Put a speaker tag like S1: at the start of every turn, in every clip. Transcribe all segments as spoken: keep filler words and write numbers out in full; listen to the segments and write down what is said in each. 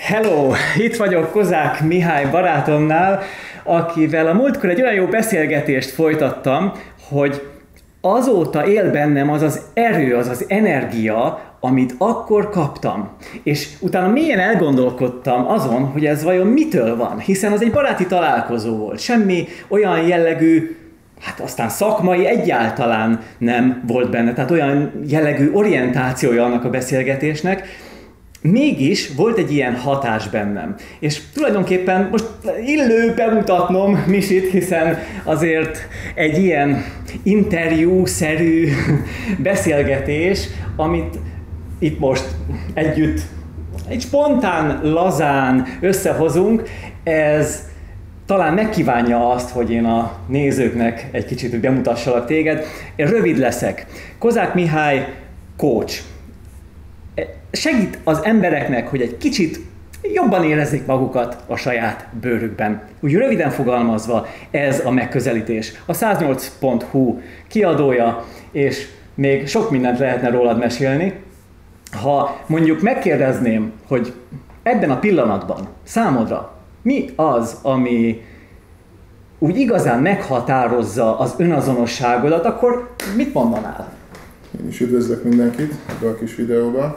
S1: Hello! Itt vagyok Kozák Mihály barátomnál, akivel a múltkor egy olyan jó beszélgetést folytattam, hogy azóta él bennem az az erő, az az energia, amit akkor kaptam. És utána mélyen elgondolkodtam azon, hogy ez vajon mitől van, hiszen az egy baráti találkozó volt. Semmi olyan jellegű, hát aztán szakmai egyáltalán nem volt benne, tehát olyan jellegű orientációja annak a beszélgetésnek. Mégis volt egy ilyen hatás bennem. És tulajdonképpen most illő bemutatnom Misit, hiszen azért egy ilyen interjú-szerű beszélgetés, amit itt most együtt, egy spontán, lazán összehozunk, ez talán megkívánja azt, hogy én a nézőknek egy kicsit bemutassalak téged. Én rövid leszek. Kozák Mihály coach. Segít az embereknek, hogy egy kicsit jobban érezzék magukat a saját bőrükben. Úgy röviden fogalmazva ez a megközelítés. A száznyolc pont hu kiadója, és még sok mindent lehetne rólad mesélni. Ha mondjuk megkérdezném, hogy ebben a pillanatban számodra mi az, ami úgy igazán meghatározza az önazonosságodat, akkor mit mondanál?
S2: Én is üdvözlök mindenkit ebbe a kis videóba.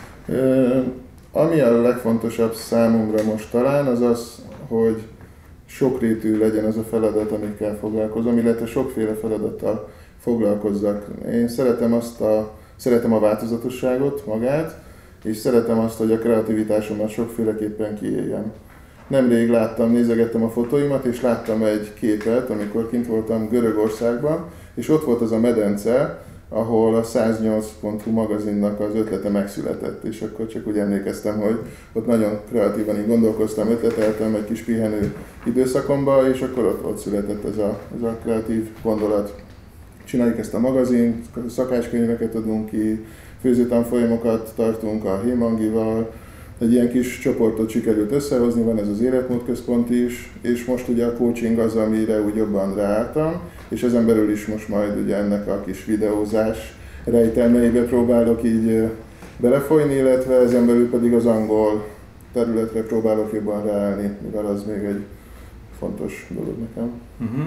S2: Ami a legfontosabb számomra most talán, az az, hogy sokrétű legyen az a feladat, amikkel foglalkozom, illetve sokféle feladattal foglalkozzak. Én szeretem azt a, szeretem a változatosságot magát, és szeretem azt, hogy a kreativitásomat sokféleképpen kiéljem. Nemrég láttam, nézegettem a fotóimat, és láttam egy képet, amikor kint voltam Görögországban, és ott volt az a medence, ahol a száznyolc pont hu magazinnak az ötlete megszületett, és akkor csak úgy emlékeztem, hogy ott nagyon kreatívan így gondolkoztam, ötleteltem egy kis pihenő időszakomba, és akkor ott, ott született ez a, ez a kreatív gondolat. Csináljuk ezt a magazint, szakácskönyveket adunk ki, főzőtanfolyamokat tartunk a Hémangival, egy ilyen kis csoportot sikerült összehozni, van ez az életmódközpont is, és most ugye a coaching az, amire úgy jobban ráálltam, és ezen belül is most majd ugye ennek a kis videózás rejtelmeibe próbálok így belefolyni, illetve ezen belül pedig az angol területre próbálok jobban ráállni, mivel az még egy fontos dolog nekem. Uh-huh.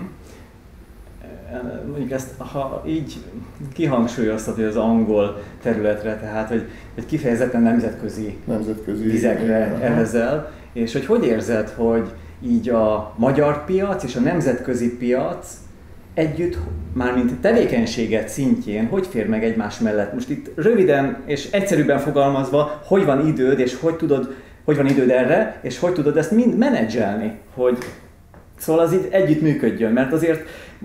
S1: Mondjuk ezt, ha így kihangsúlyoztad, hogy az angol területre, tehát hogy, hogy kifejezetten nemzetközi,
S2: nemzetközi
S1: vizekre evezel, és hogy hogy érzed, hogy így a magyar piac és a nemzetközi piac együtt, mármint tevékenységet szintjén, hogy fér meg egymás mellett? Most itt röviden és egyszerűbben fogalmazva, hogy van időd, és hogy tudod, hogy van időd erre, és hogy tudod ezt mind menedzselni, hogy szóval az így együtt működjön, mert azért,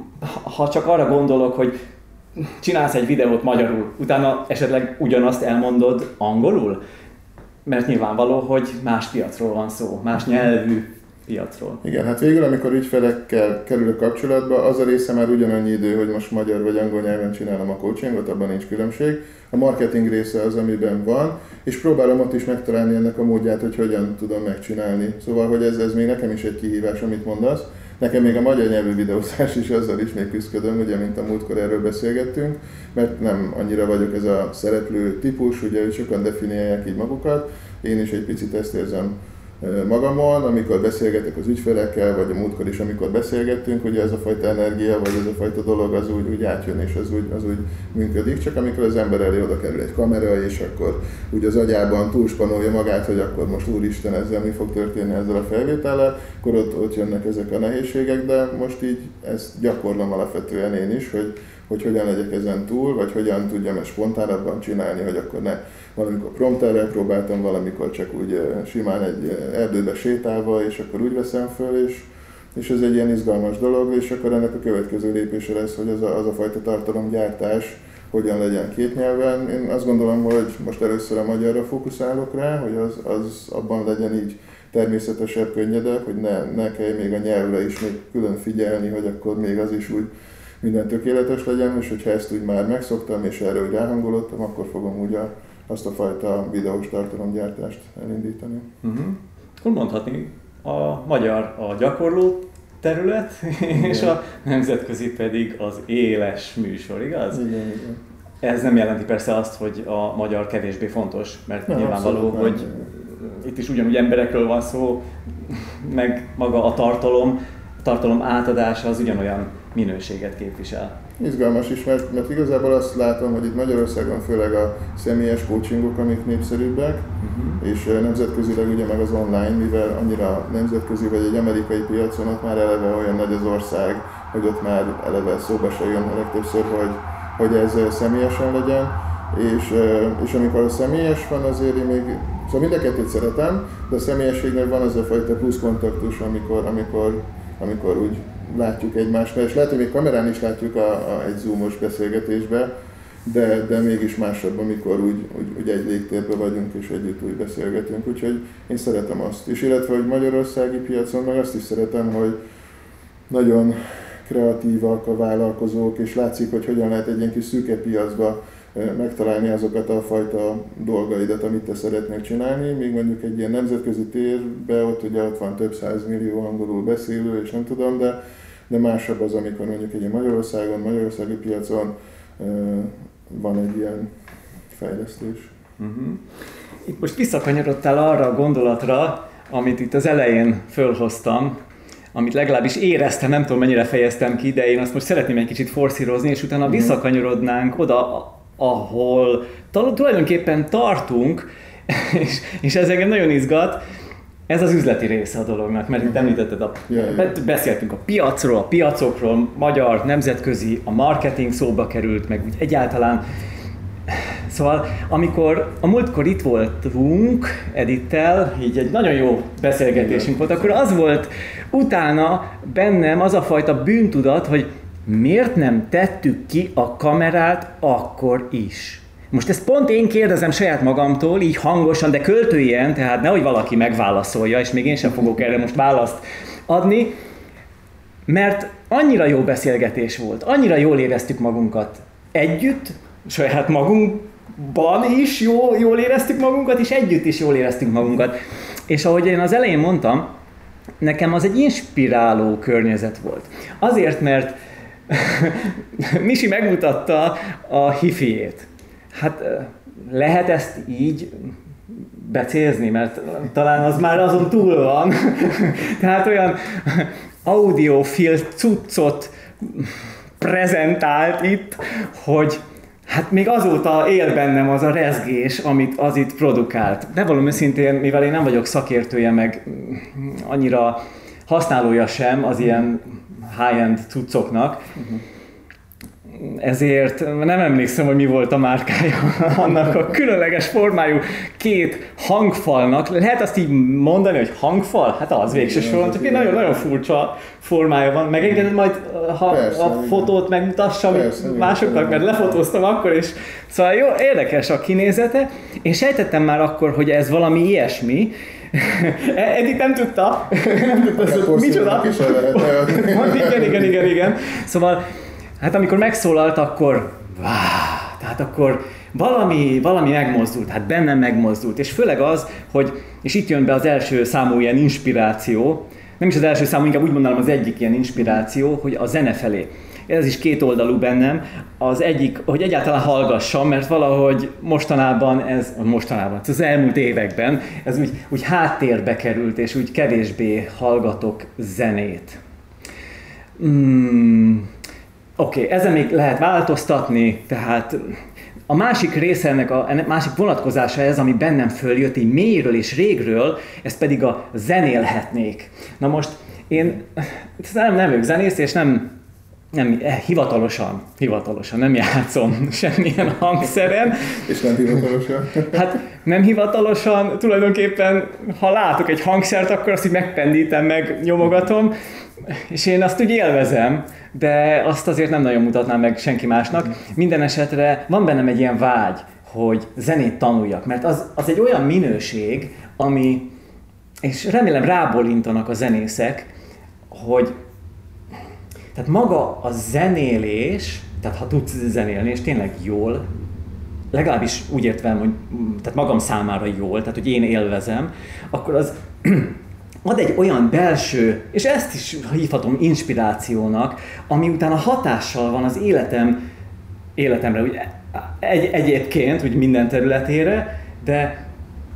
S1: ha csak arra gondolok, hogy csinálsz egy videót magyarul, utána esetleg ugyanazt elmondod angolul, mert nyilvánvaló, hogy más piacról van szó, más nyelvű piacról.
S2: Igen, hát végül, amikor ügyfelekkel kerülök kapcsolatba, az a része már ugyanannyi idő, hogy most magyar vagy angol nyelven csinálom a coachingot, abban nincs különbség. A marketing része az, amiben van, és próbálom ott is megtalálni ennek a módját, hogy hogyan tudom megcsinálni. Szóval, hogy ez, ez még nekem is egy kihívás, amit mondasz. Nekem még a magyar nyelvű videózás is, azzal is még küzdködöm, ugye, mint a múltkor erről beszélgettünk, mert nem annyira vagyok ez a szereplő típus, ugye, hogy sokan definiálják így magukat. Én is egy picit ezt érzem magamon, amikor beszélgetek az ügyfelekkel, vagy a múltkor is, amikor beszélgettünk, hogy ez a fajta energia, vagy ez a fajta dolog az úgy, úgy átjön, és az úgy, az úgy működik, csak amikor az ember elé oda kerül egy kamera, és akkor úgy az agyában túlspanolja magát, hogy akkor most úristen, ezzel mi fog történni ezzel a felvétellel, akkor ott, ott jönnek ezek a nehézségek, de most így ezt gyakorlom alapvetően én is, hogy hogy hogyan legyek ezen túl, vagy hogyan tudjam ezt spontánabban csinálni, hogy akkor ne valamikor prompterrel próbáltam, valamikor csak úgy simán egy erdőbe sétálva, és akkor úgy veszem föl, és, és ez egy ilyen izgalmas dolog, és akkor ennek a következő lépése lesz, hogy az a, az a fajta tartalomgyártás hogyan legyen két nyelven. Én azt gondolom, hogy most először a magyarra fókuszálok rá, hogy az, az abban legyen így természetesebb, könnyedebb, hogy ne, ne kell még a nyelvre is még külön figyelni, hogy akkor még az is úgy minden tökéletes legyen, és hogyha ezt úgy már megszoktam, és erre úgy ráhangolódtam, akkor fogom úgy a, azt a fajta videós tartalomgyártást elindítani.
S1: Uh-huh. Akkor mondhatni, a magyar a gyakorló terület, igen, és a nemzetközi pedig az éles műsor, igaz?
S2: Igen, igen.
S1: Ez nem jelenti persze azt, hogy a magyar kevésbé fontos, mert nem, nyilvánvaló, hogy itt is ugyanúgy emberekről van szó, meg maga a tartalom, a tartalom átadása az ugyanolyan minőséget képvisel.
S2: Izgalmas is, mert, mert igazából azt látom, hogy itt Magyarországon főleg a személyes coachingok, amik népszerűbbek, uh-huh. és nemzetközileg ugye meg az online, mivel annyira nemzetközi vagy egy amerikai piacon, ott már eleve olyan nagy az ország, hogy ott már eleve szóba se jön a legtöbbször, hogy, hogy ez személyesen legyen. És, és amikor a személyes van, azért én még, szóval mind a kettőt szeretem, de a személyességnek van az a fajta plusz kontaktus, amikor, amikor, amikor úgy látjuk egymást, és lehet, hogy még kamerán is látjuk a, a, egy zoomos beszélgetésbe, de, de mégis másabb, amikor úgy, úgy, úgy egy légtérben vagyunk és együtt úgy beszélgetünk, úgyhogy én szeretem azt is, illetve hogy magyarországi piacon meg azt is szeretem, hogy nagyon kreatívak a vállalkozók, és látszik, hogy hogyan lehet egy ilyen kis szűke piacba megtalálni azokat a fajta dolgaidat, amit te szeretnél csinálni, míg mondjuk egy ilyen nemzetközi térben, ott ugye ott van több százmillió angolul beszélő, és nem tudom, de, de másabb az, amikor mondjuk egy Magyarországon, magyarországi piacon van egy ilyen fejlesztés.
S1: Uh-huh. Itt most visszakanyarodtál arra a gondolatra, amit itt az elején fölhoztam, amit legalábbis éreztem, nem tudom mennyire fejeztem ki, de én azt most szeretném egy kicsit forszírozni, és utána uh-huh. visszakanyarodnánk oda, ahol tulajdonképpen tartunk, és, és ez engem nagyon izgat, ez az üzleti része a dolognak, mert itt említetted, a, yeah, yeah. beszéltünk a piacról, a piacokról, magyar, nemzetközi, a marketing szóba került, meg úgy egyáltalán. Szóval, amikor a múltkor itt voltunk Edittel, így egy nagyon jó beszélgetésünk volt, akkor az volt utána bennem az a fajta bűntudat, hogy miért nem tettük ki a kamerát akkor is? Most ezt pont én kérdezem saját magamtól, így hangosan, de költőien, tehát nehogy valaki megválaszolja, és még én sem fogok erre most választ adni, mert annyira jó beszélgetés volt, annyira jól éreztük magunkat együtt, saját magunkban is jól, jól éreztük magunkat, és együtt is jól éreztük magunkat. És ahogy én az elején mondtam, nekem az egy inspiráló környezet volt. Azért, mert Misi megmutatta a hifiét. Hát lehet ezt így becézni, mert talán az már azon túl van. Tehát olyan audiofil cuccot prezentált itt, hogy hát még azóta él bennem az a rezgés, amit az itt produkált. De valami szintén, mivel én nem vagyok szakértője, meg annyira használója sem az ilyen high-end cuccoknak, uh-huh. ezért nem emlékszem, hogy mi volt a márkája annak a különleges formájú két hangfalnak. Lehet azt így mondani, hogy hangfal? Hát az végső soron, csak egy nagyon-nagyon furcsa formája van. Megengeded majd, ha persze, a fotót megmutassam persze, másoknak, mert lefotóztam akkor, és szóval jó, érdekes a kinézete. Én sejtettem már akkor, hogy ez valami ilyesmi. Eddig nem tudta. Nem tudta, hogy micsoda. igen, igen, igen, igen. Szóval hát amikor megszólalt, akkor váh, tehát akkor valami, valami megmozdult, hát bennem megmozdult, és főleg az, hogy, és itt jön be az első számú ilyen inspiráció, nem is az első számú, inkább úgy mondanám az egyik ilyen inspiráció, hogy a zene felé. Ez is két oldalú bennem, az egyik, hogy egyáltalán hallgassam, mert valahogy mostanában ez, mostanában, az elmúlt években, ez úgy, úgy háttérbe került, és úgy kevésbé hallgatok zenét. Hmm. Oké, okay, ezen még lehet változtatni, tehát a másik része ennek a, ennek másik vonatkozása ez, ami bennem följött így mélyről és régről, ezt pedig a zenélhetnék. Na most én nem, nem vagyok zenész, és nem, nem hivatalosan, hivatalosan nem játszom semmilyen hangszeren.
S2: És nem hivatalosan?
S1: Hát nem hivatalosan, tulajdonképpen ha látok egy hangszert, akkor azt így megpendítem, meg nyomogatom, és én azt úgy élvezem, de azt azért nem nagyon mutatnám meg senki másnak. Minden esetre van bennem egy ilyen vágy, hogy zenét tanuljak, mert az, az egy olyan minőség, ami, és remélem rábólintanak a zenészek, hogy tehát maga a zenélés, tehát ha tudsz zenélni, és tényleg jól, legalábbis úgy értem, hogy tehát magam számára jól, tehát hogy én élvezem, akkor az ad egy olyan belső, és ezt is hívhatom inspirációnak, ami utána hatással van az életem, életemre, úgy egy, egyébként, úgy minden területére, de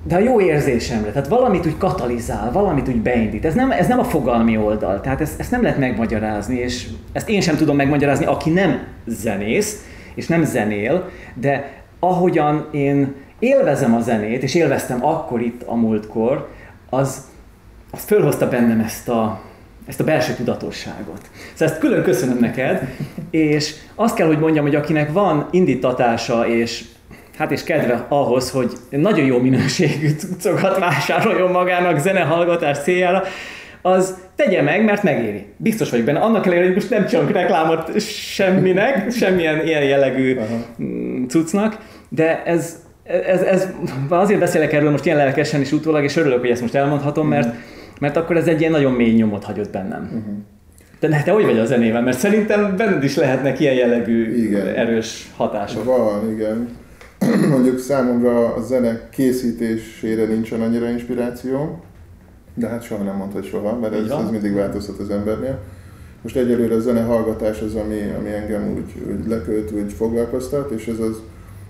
S1: de a jó érzésemre, tehát valamit úgy katalizál, valamit úgy beindít. Ez nem, ez nem a fogalmi oldal, tehát ezt, ezt nem lehet megmagyarázni, és ezt én sem tudom megmagyarázni, aki nem zenész, és nem zenél, de ahogyan én élvezem a zenét, és élveztem akkor itt a múltkor, az, az fölhozta bennem ezt a, ezt a belső tudatosságot. Szóval ezt külön köszönöm neked, és azt kell, hogy mondjam, hogy akinek van indítatása, és hát és kedve ahhoz, hogy nagyon jó minőségű cuccokat vásároljon magának zenehallgatás céljára, az tegye meg, mert megéri. Biztos vagyok benne. Annak ellenére, hogy most nem csinálunk reklámot semminek, semmilyen ilyen jellegű Aha. cuccnak, de ez, ez, ez, azért beszélek erről most ilyen lelkesen is utólag, és örülök, hogy ezt most elmondhatom, uh-huh. mert, mert akkor ez egy ilyen nagyon mély nyomot hagyott bennem. Uh-huh. De te hogy vagy a zenével? Mert szerintem benned is lehetnek ilyen jellegű igen. erős hatások.
S2: Van, igen. Mondjuk számomra a zene készítésére nincsen annyira inspiráció, de hát soha nem mondta, hogy soha, mert ez, ez mindig változtat az embernél. Most egyelőre a zene hallgatás az, ami, ami engem úgy, úgy lekölt, úgy foglalkoztat, és ez az...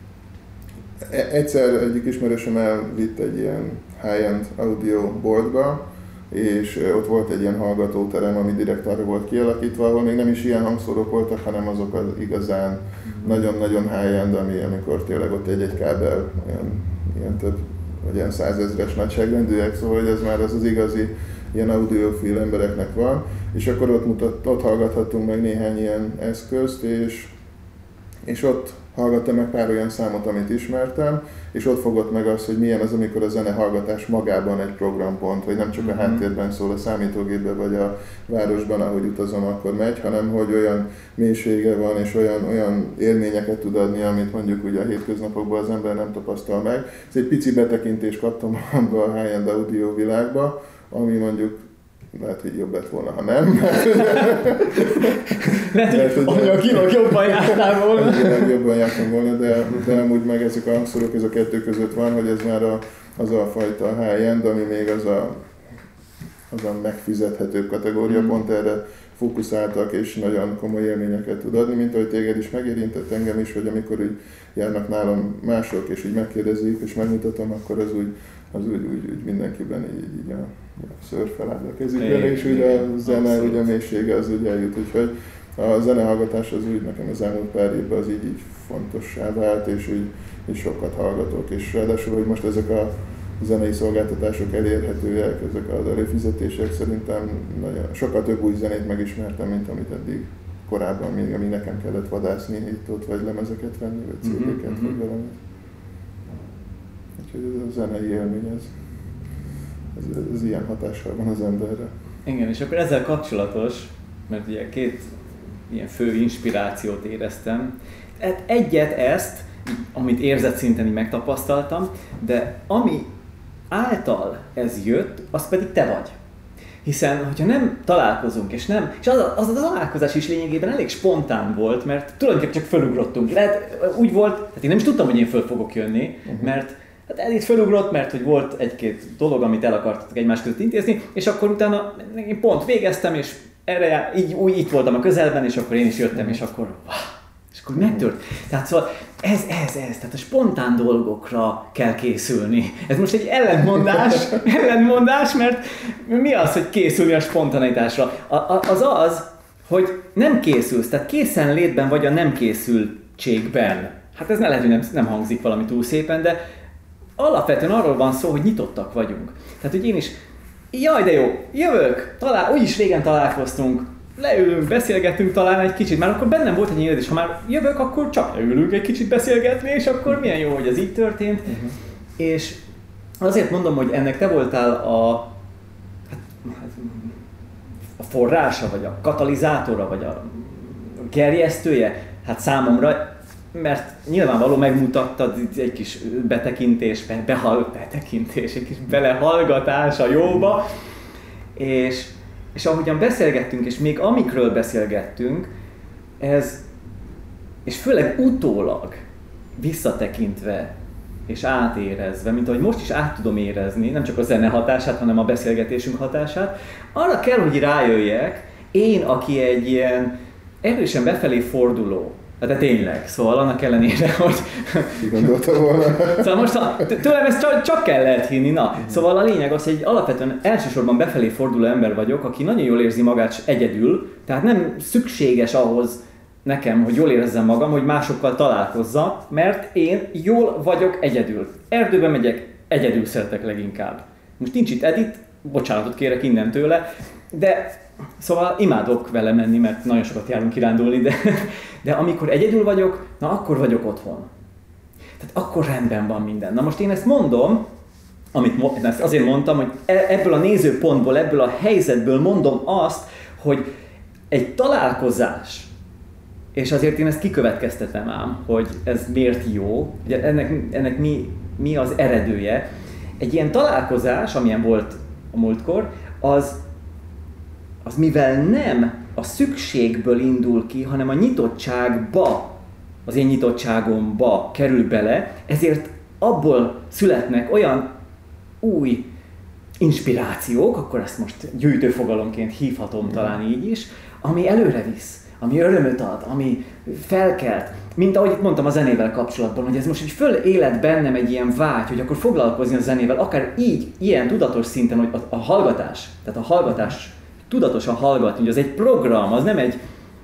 S2: Egyszer egyik ismerősöm elvitt egy ilyen high-end audio boardba, és ott volt egy ilyen hallgatóterem, ami direkt arra volt kialakítva, ahol még nem is ilyen hangszórok voltak, hanem azok az igazán nagyon-nagyon high-end, ami, amikor tényleg ott egy-egy kábel ilyen, ilyen több, vagy ilyen százezres nagyságrendűek, szóval hogy ez már az az igazi ilyen audiofil embereknek van, és akkor ott, mutat, ott hallgathattunk meg néhány ilyen eszközt, és, és ott hallgattam meg pár olyan számot, amit ismertem, és ott fogott meg az, hogy milyen az, amikor a zenehallgatás magában egy programpont, vagy nem csak a háttérben szól a számítógépben, vagy a városban, ahogy utazom, akkor megy, hanem hogy olyan mélysége van, és olyan, olyan élményeket tud adni, amit mondjuk ugye a hétköznapokban az ember nem tapasztal meg. Ez egy pici betekintést kaptam abba a high-end audio világba, ami mondjuk lehet, hogy jobb lett volna, ha nem.
S1: Lehet, hogy anyagilag jobban jártál volna.
S2: Anyagilag jobban jártam volna, de, de amúgy meg ezek a hangszórok, ez a kettő között van, hogy ez már a, az a fajta high-end, ami még az a, az a megfizethetőbb kategória, mm. pont erre fókuszáltak, és nagyon komoly élményeket tud adni, mint ahogy téged is megérintett engem is, hogy amikor úgy járnak nálam mások, és így megkérdezik, és megmutatom, akkor az úgy, az úgy, úgy, úgy mindenkiben így, így a, a szőr feláll a kezükben, és úgy a zene, úgy a mélysége az úgy eljut, úgyhogy a zenehallgatás az úgy nekem az elmúlt pár évben az így, így fontossá vált, és úgy és sokat hallgatok, és ráadásul, hogy most ezek a zenei szolgáltatások elérhetőek, ezek az előfizetések, szerintem nagyon, sokkal több új zenét megismertem, mint amit eddig korábban, még ami nekem kellett vadászni itt-ott, vagy lemezeket venni, vagy cé dé-ket, mm-hmm. vagy valamit. Úgyhogy ez a zenei élmény, ez, ez, ez, ez ilyen hatással van az emberre.
S1: Igen, és akkor ezzel kapcsolatos, mert ugye két ilyen fő inspirációt éreztem. Egyet ezt, amit érzett szinten így megtapasztaltam, de ami által ez jött, az pedig te vagy. Hiszen, hogyha nem találkozunk, és nem, és az a, az a találkozás is lényegében elég spontán volt, mert tulajdonképpen csak fölugrottunk. Lehet, úgy volt, tehát én nem is tudtam, hogy én föl fogok jönni, uh-huh. mert hát el itt fölugrott, mert hogy volt egy-két dolog, amit el akartatok egymás között intézni, és akkor utána én pont végeztem, és erre így úgy itt voltam a közelben, és akkor én is jöttem, és akkor és akkor megtört. Tehát szóval ez, ez, ez, tehát a spontán dolgokra kell készülni. Ez most egy ellentmondás, ellentmondás, mert mi az, hogy készülni a spontaneitásra? A, a, az az, hogy nem készülsz, tehát készenlétben vagy a nem készültségben. Hát ez ne lehet, hogy nem, nem hangzik valami túl szépen, de alapvetően arról van szó, hogy nyitottak vagyunk. Tehát, hogy én is, jaj de jó, jövök, talál, úgyis régen találkoztunk, leülünk, beszélgetünk talán egy kicsit, már akkor bennem volt egy ilyen érzés, ha már jövök, akkor csak leülünk egy kicsit beszélgetni, és akkor milyen jó, hogy ez így történt. Uh-huh. És azért mondom, hogy ennek te voltál a, a forrása, vagy a katalizátora, vagy a gerjesztője, hát számomra, mert nyilvánvaló megmutattad egy kis betekintés, behal, betekintés, egy kis belehallgatás a jóba, és És ahogyan beszélgettünk, és még amikről beszélgettünk, ez, és főleg utólag visszatekintve és átérezve, mint ahogy most is át tudom érezni, nem csak a zene hatását, hanem a beszélgetésünk hatását, arra kell, hogy rájöjjek, én, aki egy ilyen erősen befelé forduló, De tényleg, szóval annak ellenére, hogy...
S2: Gondoltam volna.
S1: Szóval most tőlem ezt csak, csak kell lehet hinni, na. Szóval a lényeg az, hogy alapvetően elsősorban befelé forduló ember vagyok, aki nagyon jól érzi magát egyedül, tehát nem szükséges ahhoz nekem, hogy jól érezzem magam, hogy másokkal találkozzak, mert én jól vagyok egyedül. Erdőbe megyek, egyedül szeretek leginkább. Most nincs itt Edith, bocsánatot kérek innen tőle, de szóval imádok vele menni, mert nagyon sokat járunk kirándulni, de, de amikor egyedül vagyok, na akkor vagyok otthon. Tehát akkor rendben van minden. Na most én ezt mondom, amit ezt azért mondtam, hogy ebből a nézőpontból, ebből a helyzetből mondom azt, hogy egy találkozás, és azért én ezt kikövetkeztetem ám, hogy ez miért jó, ugye ennek, ennek mi, mi az eredője. Egy ilyen találkozás, amilyen volt a múltkor, az, az mivel nem a szükségből indul ki, hanem a nyitottságba, az én nyitottságomba kerül bele, ezért abból születnek olyan új inspirációk, akkor ezt most gyűjtőfogalomként hívhatom talán így is, ami előre visz, ami örömöt ad, ami felkelt. Mint ahogy itt mondtam a zenével kapcsolatban, hogy ez most így fölélet bennem egy ilyen vágy, hogy akkor foglalkozni a zenével, akár így, ilyen tudatos szinten, hogy a, a hallgatás, tehát a hallgatás, tudatosan hallgatni, hogy az egy program, az nem egy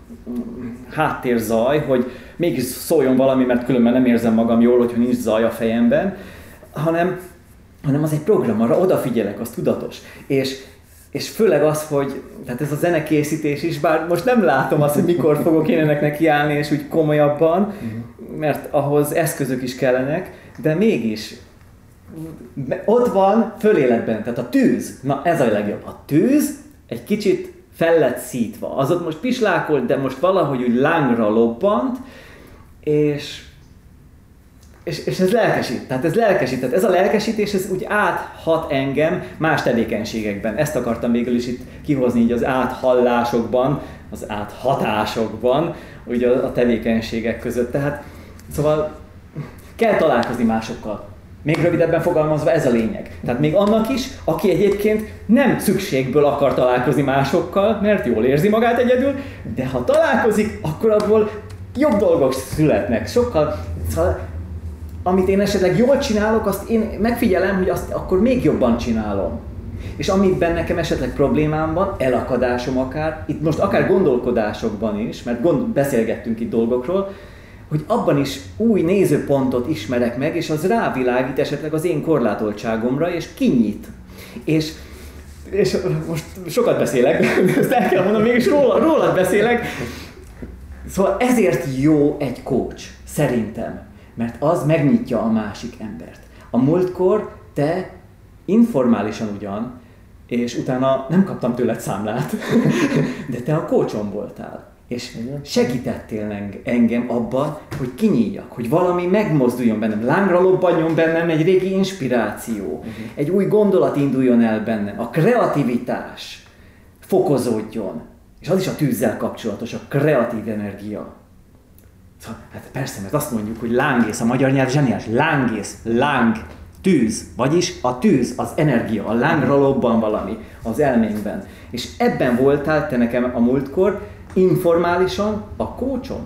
S1: háttérzaj, hogy mégis szóljon valami, mert különben nem érzem magam jól, hogyha nincs zaj a fejemben, hanem, hanem az egy program, arra odafigyelek, az tudatos. És, és főleg az, hogy tehát ez a zenekészítés is, bár most nem látom azt, hogy mikor fogok én ennek nekiállni, és úgy komolyabban, mert ahhoz eszközök is kellenek, de mégis ott van föléletben, tehát a tűz, na ez a legjobb. A tűz egy kicsit fel lett szítva. Az ott most pislákolt, de most valahogy úgy lángra lobbant, és, és, és ez lelkesít. Tehát ez lelkesít. Tehát ez a lelkesítés, ez úgy áthat engem más tevékenységekben. Ezt akartam végül is itt kihozni így az áthallásokban, az áthatásokban, ugye a tevékenységek között. Tehát szóval kell találkozni másokkal. Még rövidebben fogalmazva ez a lényeg. Tehát még annak is, aki egyébként nem szükségből akar találkozni másokkal, mert jól érzi magát egyedül, de ha találkozik, akkor abból jobb dolgok születnek. Sokkal, szóval, amit én esetleg jól csinálok, azt én megfigyelem, hogy azt akkor még jobban csinálom. És amiben nekem esetleg problémám van, elakadásom akár, itt most akár gondolkodásokban is, mert gond, beszélgettünk itt dolgokról, hogy abban is új nézőpontot ismerek meg, és az rávilágít esetleg az én korlátoltságomra, és kinyit. És, és most sokat beszélek, ezt el kell mondanom, mégis róla, rólad beszélek. Szóval ezért jó egy coach, szerintem, mert az megnyitja a másik embert. A múltkor te informálisan ugyan, és utána nem kaptam tőled számlát, de te a coachom voltál. És segítettél engem abban, hogy kinyíljak, hogy valami megmozduljon bennem, lángra lobbanjon bennem egy régi inspiráció, uh-huh. egy új gondolat induljon el bennem, a kreativitás fokozódjon. És az is a tűzzel kapcsolatos, a kreatív energia. Szóval, hát persze, mert azt mondjuk, hogy lángész, a magyar nyelv zseniális, lángész, láng, tűz, vagyis a tűz, az energia, a lángra lobban valami az elménkben. És ebben voltál te nekem a múltkor, informálisan a coachom.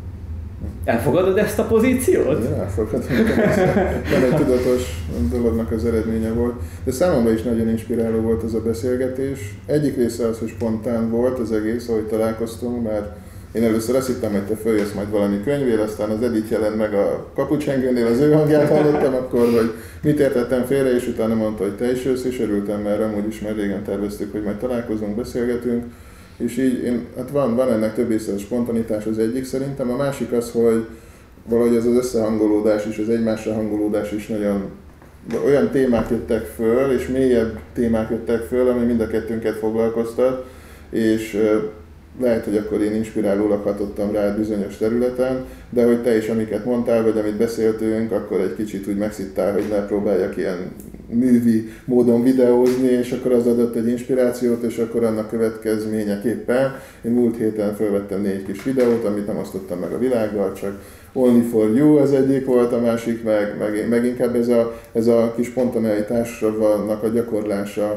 S1: Elfogadod ezt a pozíciót?
S2: Ja, elfogadom. Nem egy tudatos dolognak az eredménye volt. De számomra is nagyon inspiráló volt ez a beszélgetés. Egyik része az, hogy spontán volt az egész, ahogy találkoztunk, mert én először azt hittem, hogy te följössz majd valami könyvér, aztán az Edith jelent meg a kapucsengőnél, az ő hangját hallottam akkor, hogy mit értettem félre, és utána mondta, hogy te is jössz, és örültem, mert amúgy is már régen terveztük, hogy majd találkozunk, beszélgetünk. És így én, hát van, van ennek több része, a spontanitás az egyik szerintem, a másik az, hogy valahogy ez az összehangolódás és az egymásra hangolódás is nagyon olyan témák jöttek föl, és mélyebb témák jöttek föl, ami mind a kettőnket foglalkoztat, és lehet, hogy akkor én inspirálólag hatottam rá bizonyos területen, de hogy te is, amiket mondtál, vagy amit beszéltünk, akkor egy kicsit úgy megszittál, hogy ne próbáljak ilyen művi módon videózni, és akkor az adott egy inspirációt, és akkor annak következményeképpen én múlt héten felvettem négy kis videót, amit nem osztottam meg a világgal, csak Only for You az egyik volt, a másik meg, meg, meg inkább ez a, ez a kis spontaneitásnak a gyakorlása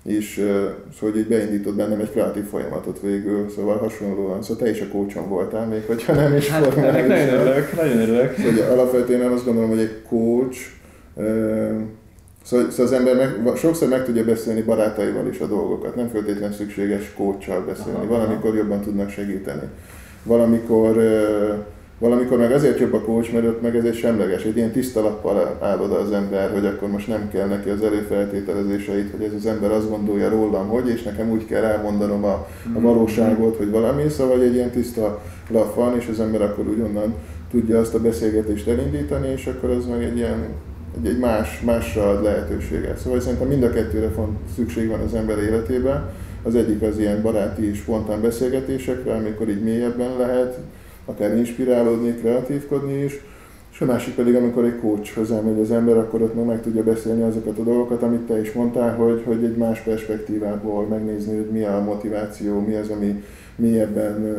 S2: és szóval hogy így beindított bennem egy kreatív folyamatot végül, szóval hasonlóan. Szóval te is a coachom voltál, még hogyha nem is
S1: hát, formális. Nagyon örülök, nagyon örülök.
S2: Szóval alapvetően én azt gondolom, hogy egy coach, szóval, szóval az ember meg, sokszor meg tudja beszélni barátaival is a dolgokat, nem feltétlenül szükséges coachsal beszélni, aha, valamikor aha. jobban tudnak segíteni. Valamikor Valamikor meg azért jobb a coach, mert ott meg ez egy semleges, egy ilyen tiszta lappal áll oda az ember, hogy akkor most nem kell neki az előfeltételezéseit, hogy ez az ember azt gondolja rólam, hogy, és nekem úgy kell elmondanom a, a valóságot, hogy valami, szóval egy ilyen tiszta lap van, és az ember akkor újonnan tudja azt a beszélgetést elindítani, és akkor az meg egy ilyen egy, egy más, másra ad lehetőséget. Szóval szerintem mind a kettőre font, szükség van az ember életében. Az egyik az ilyen baráti, spontán beszélgetésekre, amikor így mélyebben lehet, akár inspirálódni, kreatívkodni is, és a másik pedig, amikor egy coachhoz elmegy az ember, akkor ott meg, meg tudja beszélni azokat a dolgokat, amit te is mondtál, hogy, hogy egy más perspektívából megnézni, hogy mi a motiváció, mi az, ami mélyebben,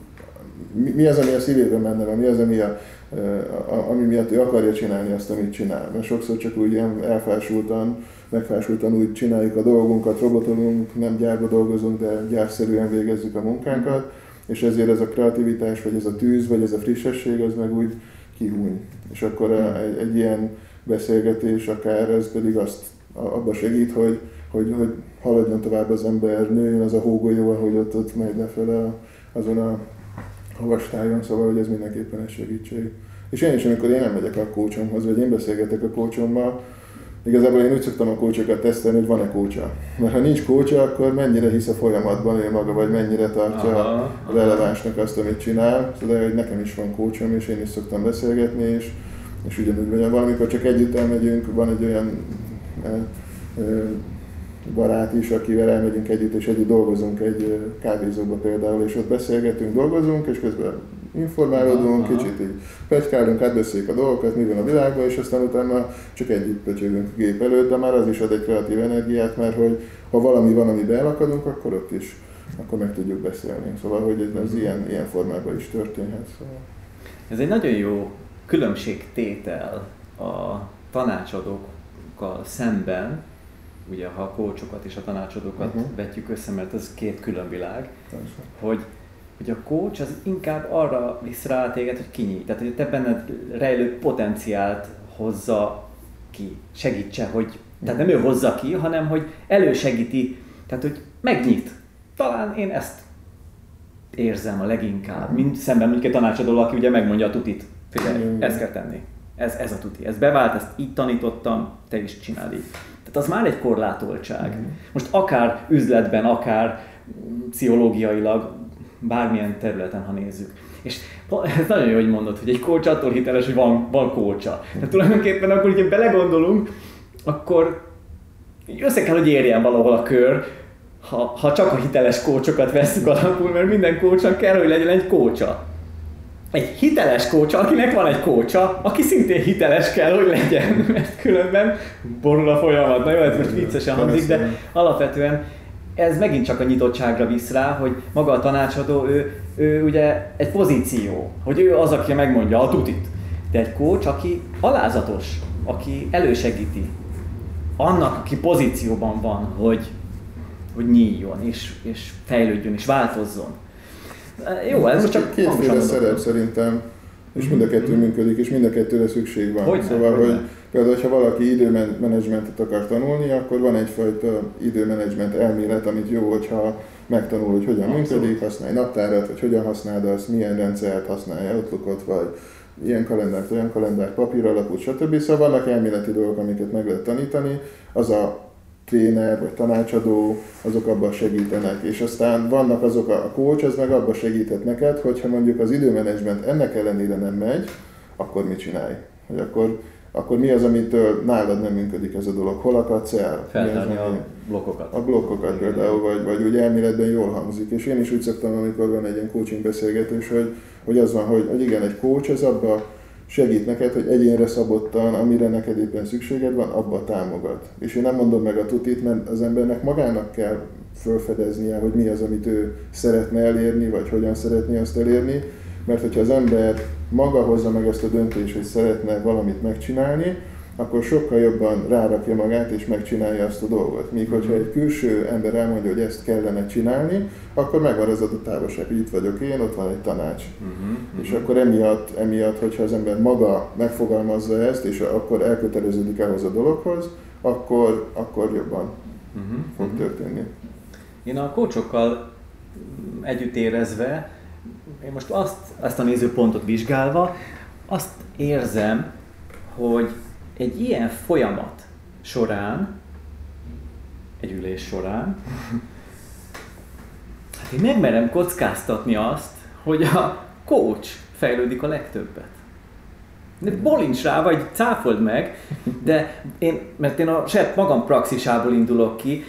S2: mi, mi az, ami a szívében menne, mi az, ami, a, a, ami miatt ő akarja csinálni azt, amit csinál. Mert sokszor csak úgy ilyen elfásultan, megfásultan úgy csináljuk a dolgunkat, robotolunk, nem gyárba dolgozunk, de gyárszerűen végezzük a munkánkat, és ezért ez a kreativitás, vagy ez a tűz, vagy ez a frissesség, az meg úgy kihúny. És akkor egy, egy ilyen beszélgetés akár, ez pedig azt abba segít, hogy, hogy, hogy haladjon tovább az ember, nőjön az a hógolyó, ahogy ott, ott megy lefele azon a havastájon, szóval hogy ez mindenképpen egy segítség. És én is, amikor én nem megyek a coachomhoz, vagy én beszélgetek a coachommal, igazából én úgy szoktam a coachokat tesztelni, hogy van-e coacha. Mert ha nincs coacha, akkor mennyire hisz a folyamatban ő maga, vagy mennyire tartja aha, relevánsnak azt, amit csinál. De hogy nekem is van coachom, és én is szoktam beszélgetni, és, és ugyanúgy vagy valamikor csak együtt elmegyünk, van egy olyan e, e, barát is, akivel elmegyünk együtt, és együtt dolgozunk egy kávézóba például, és ott beszélgetünk, dolgozunk, és közben informálódunk, aha, kicsit így pletykálunk, átbeszéljük a dolgokat, mi van a világban, és aztán utána csak együtt pötyögünk a gép előtt, de már az is ad egy kreatív energiát, mert hogy ha valami van, amiben elakadunk, akkor ott is, akkor meg tudjuk beszélni. Szóval, hogy ez, ez ilyen, ilyen formában is történhet. Szóval.
S1: Ez egy nagyon jó különbségtétel a tanácsadókkal szemben, ugye ha a coachokat és a tanácsadókat uh-huh. vetjük össze, mert ez két külön világ, hogy, hogy a coach az inkább arra visz rá téged, hogy kinyit, tehát hogy te benned rejlő potenciált hozza ki, segítse, hogy, tehát nem ő hozza ki, hanem hogy elősegíti, tehát hogy megnyit. Talán én ezt érzem a leginkább, mint szemben mondjuk egy tanácsadó, aki ugye megmondja a tutit, figyelj, ezt kell tenni, ez, ez a tuti, ez bevált, ezt így tanítottam, te is csináld így. Tehát az már egy korlátoltság. Mm. Most akár üzletben, akár pszichológiailag, bármilyen területen, ha nézzük. És ez nagyon jó, hogy mondod, hogy egy coach attól hiteles, hogy van, van coacha. Tehát tulajdonképpen akkor, hogyha belegondolunk, akkor össze kell, hogy érjen valahol a kör, ha, ha csak a hiteles coachokat vesszük alapul, mert minden coachnak kell, hogy legyen egy coacha. Egy hiteles coacha, akinek van egy coacha, aki szintén hiteles kell, hogy legyen, mert különben borul a folyamat. Na jó, ez most viccesen hangzik, de alapvetően ez megint csak a nyitottságra visz rá, hogy maga a tanácsadó, ő, ő ugye egy pozíció, hogy ő az, aki megmondja a tutit. De egy coach, aki alázatos, aki elősegíti annak, aki pozícióban van, hogy, hogy nyíljon, és, és fejlődjön, és változzon. Jó, ez csak
S2: kétféle szerep szerintem, és mind a kettő működik, és mind a kettőre szükség van.
S1: Hogyne,
S2: szóval,
S1: hogyne.
S2: hogy például, ha valaki időmenedzsmentet akar tanulni, akkor van egyfajta időmenedzsment elmélet, amit jó, hogyha megtanul, hogy hogyan abszolút működik, használj naptárat, vagy hogyan használd azt, milyen rendszert használj, Outlookot, vagy ilyen kalendárt, olyan kalendárt, papír alapút, stb. Szóval vannak elméleti dolgok, amiket meg lehet tanítani. Az a tréner vagy tanácsadó, azok abban segítenek. És aztán vannak azok a coach, az meg abban segíthet neked, hogyha mondjuk az időmenedzsment ennek ellenére nem megy, akkor mit csinálj? Hogy akkor, akkor mi az, amitől nálad nem működik ez a dolog? Hol akadsz el?
S1: Feltárni a blokkokat.
S2: A blokkokat például, vagy, vagy úgy elméletben jól hangzik. És én is úgy szoktam, amikor van egy ilyen coaching beszélgetés, hogy, hogy az van, hogy, hogy igen, egy coach az abban segít neked, hogy egyénre szabottan, amire neked éppen szükséged van, abba támogat. És én nem mondom meg a tutit, mert az embernek magának kell felfedeznie, hogy mi az, amit ő szeretne elérni, vagy hogyan szeretné azt elérni. Mert hogyha az ember maga hozza meg ezt a döntést, hogy szeretne valamit megcsinálni, akkor sokkal jobban rárakja magát és megcsinálja azt a dolgot. Míg hogyha egy külső ember elmondja, hogy ezt kellene csinálni, akkor megvan az a távolság, hogy itt vagyok én, ott van egy tanács. Uh-huh, és uh-huh. akkor emiatt, emiatt, hogyha az ember maga megfogalmazza ezt, és akkor elköteleződik ahhoz a dologhoz, akkor, akkor jobban uh-huh, fog uh-huh. történni.
S1: Én a coachokkal együtt érezve, én most azt, azt a nézőpontot vizsgálva, azt érzem, hogy egy ilyen folyamat során, egy ülés során, hát én megmerem kockáztatni azt, hogy a coach fejlődik a legtöbbet. De bolincs rá, vagy cáfold meg, de én, mert én a saját magam praxisából indulok ki,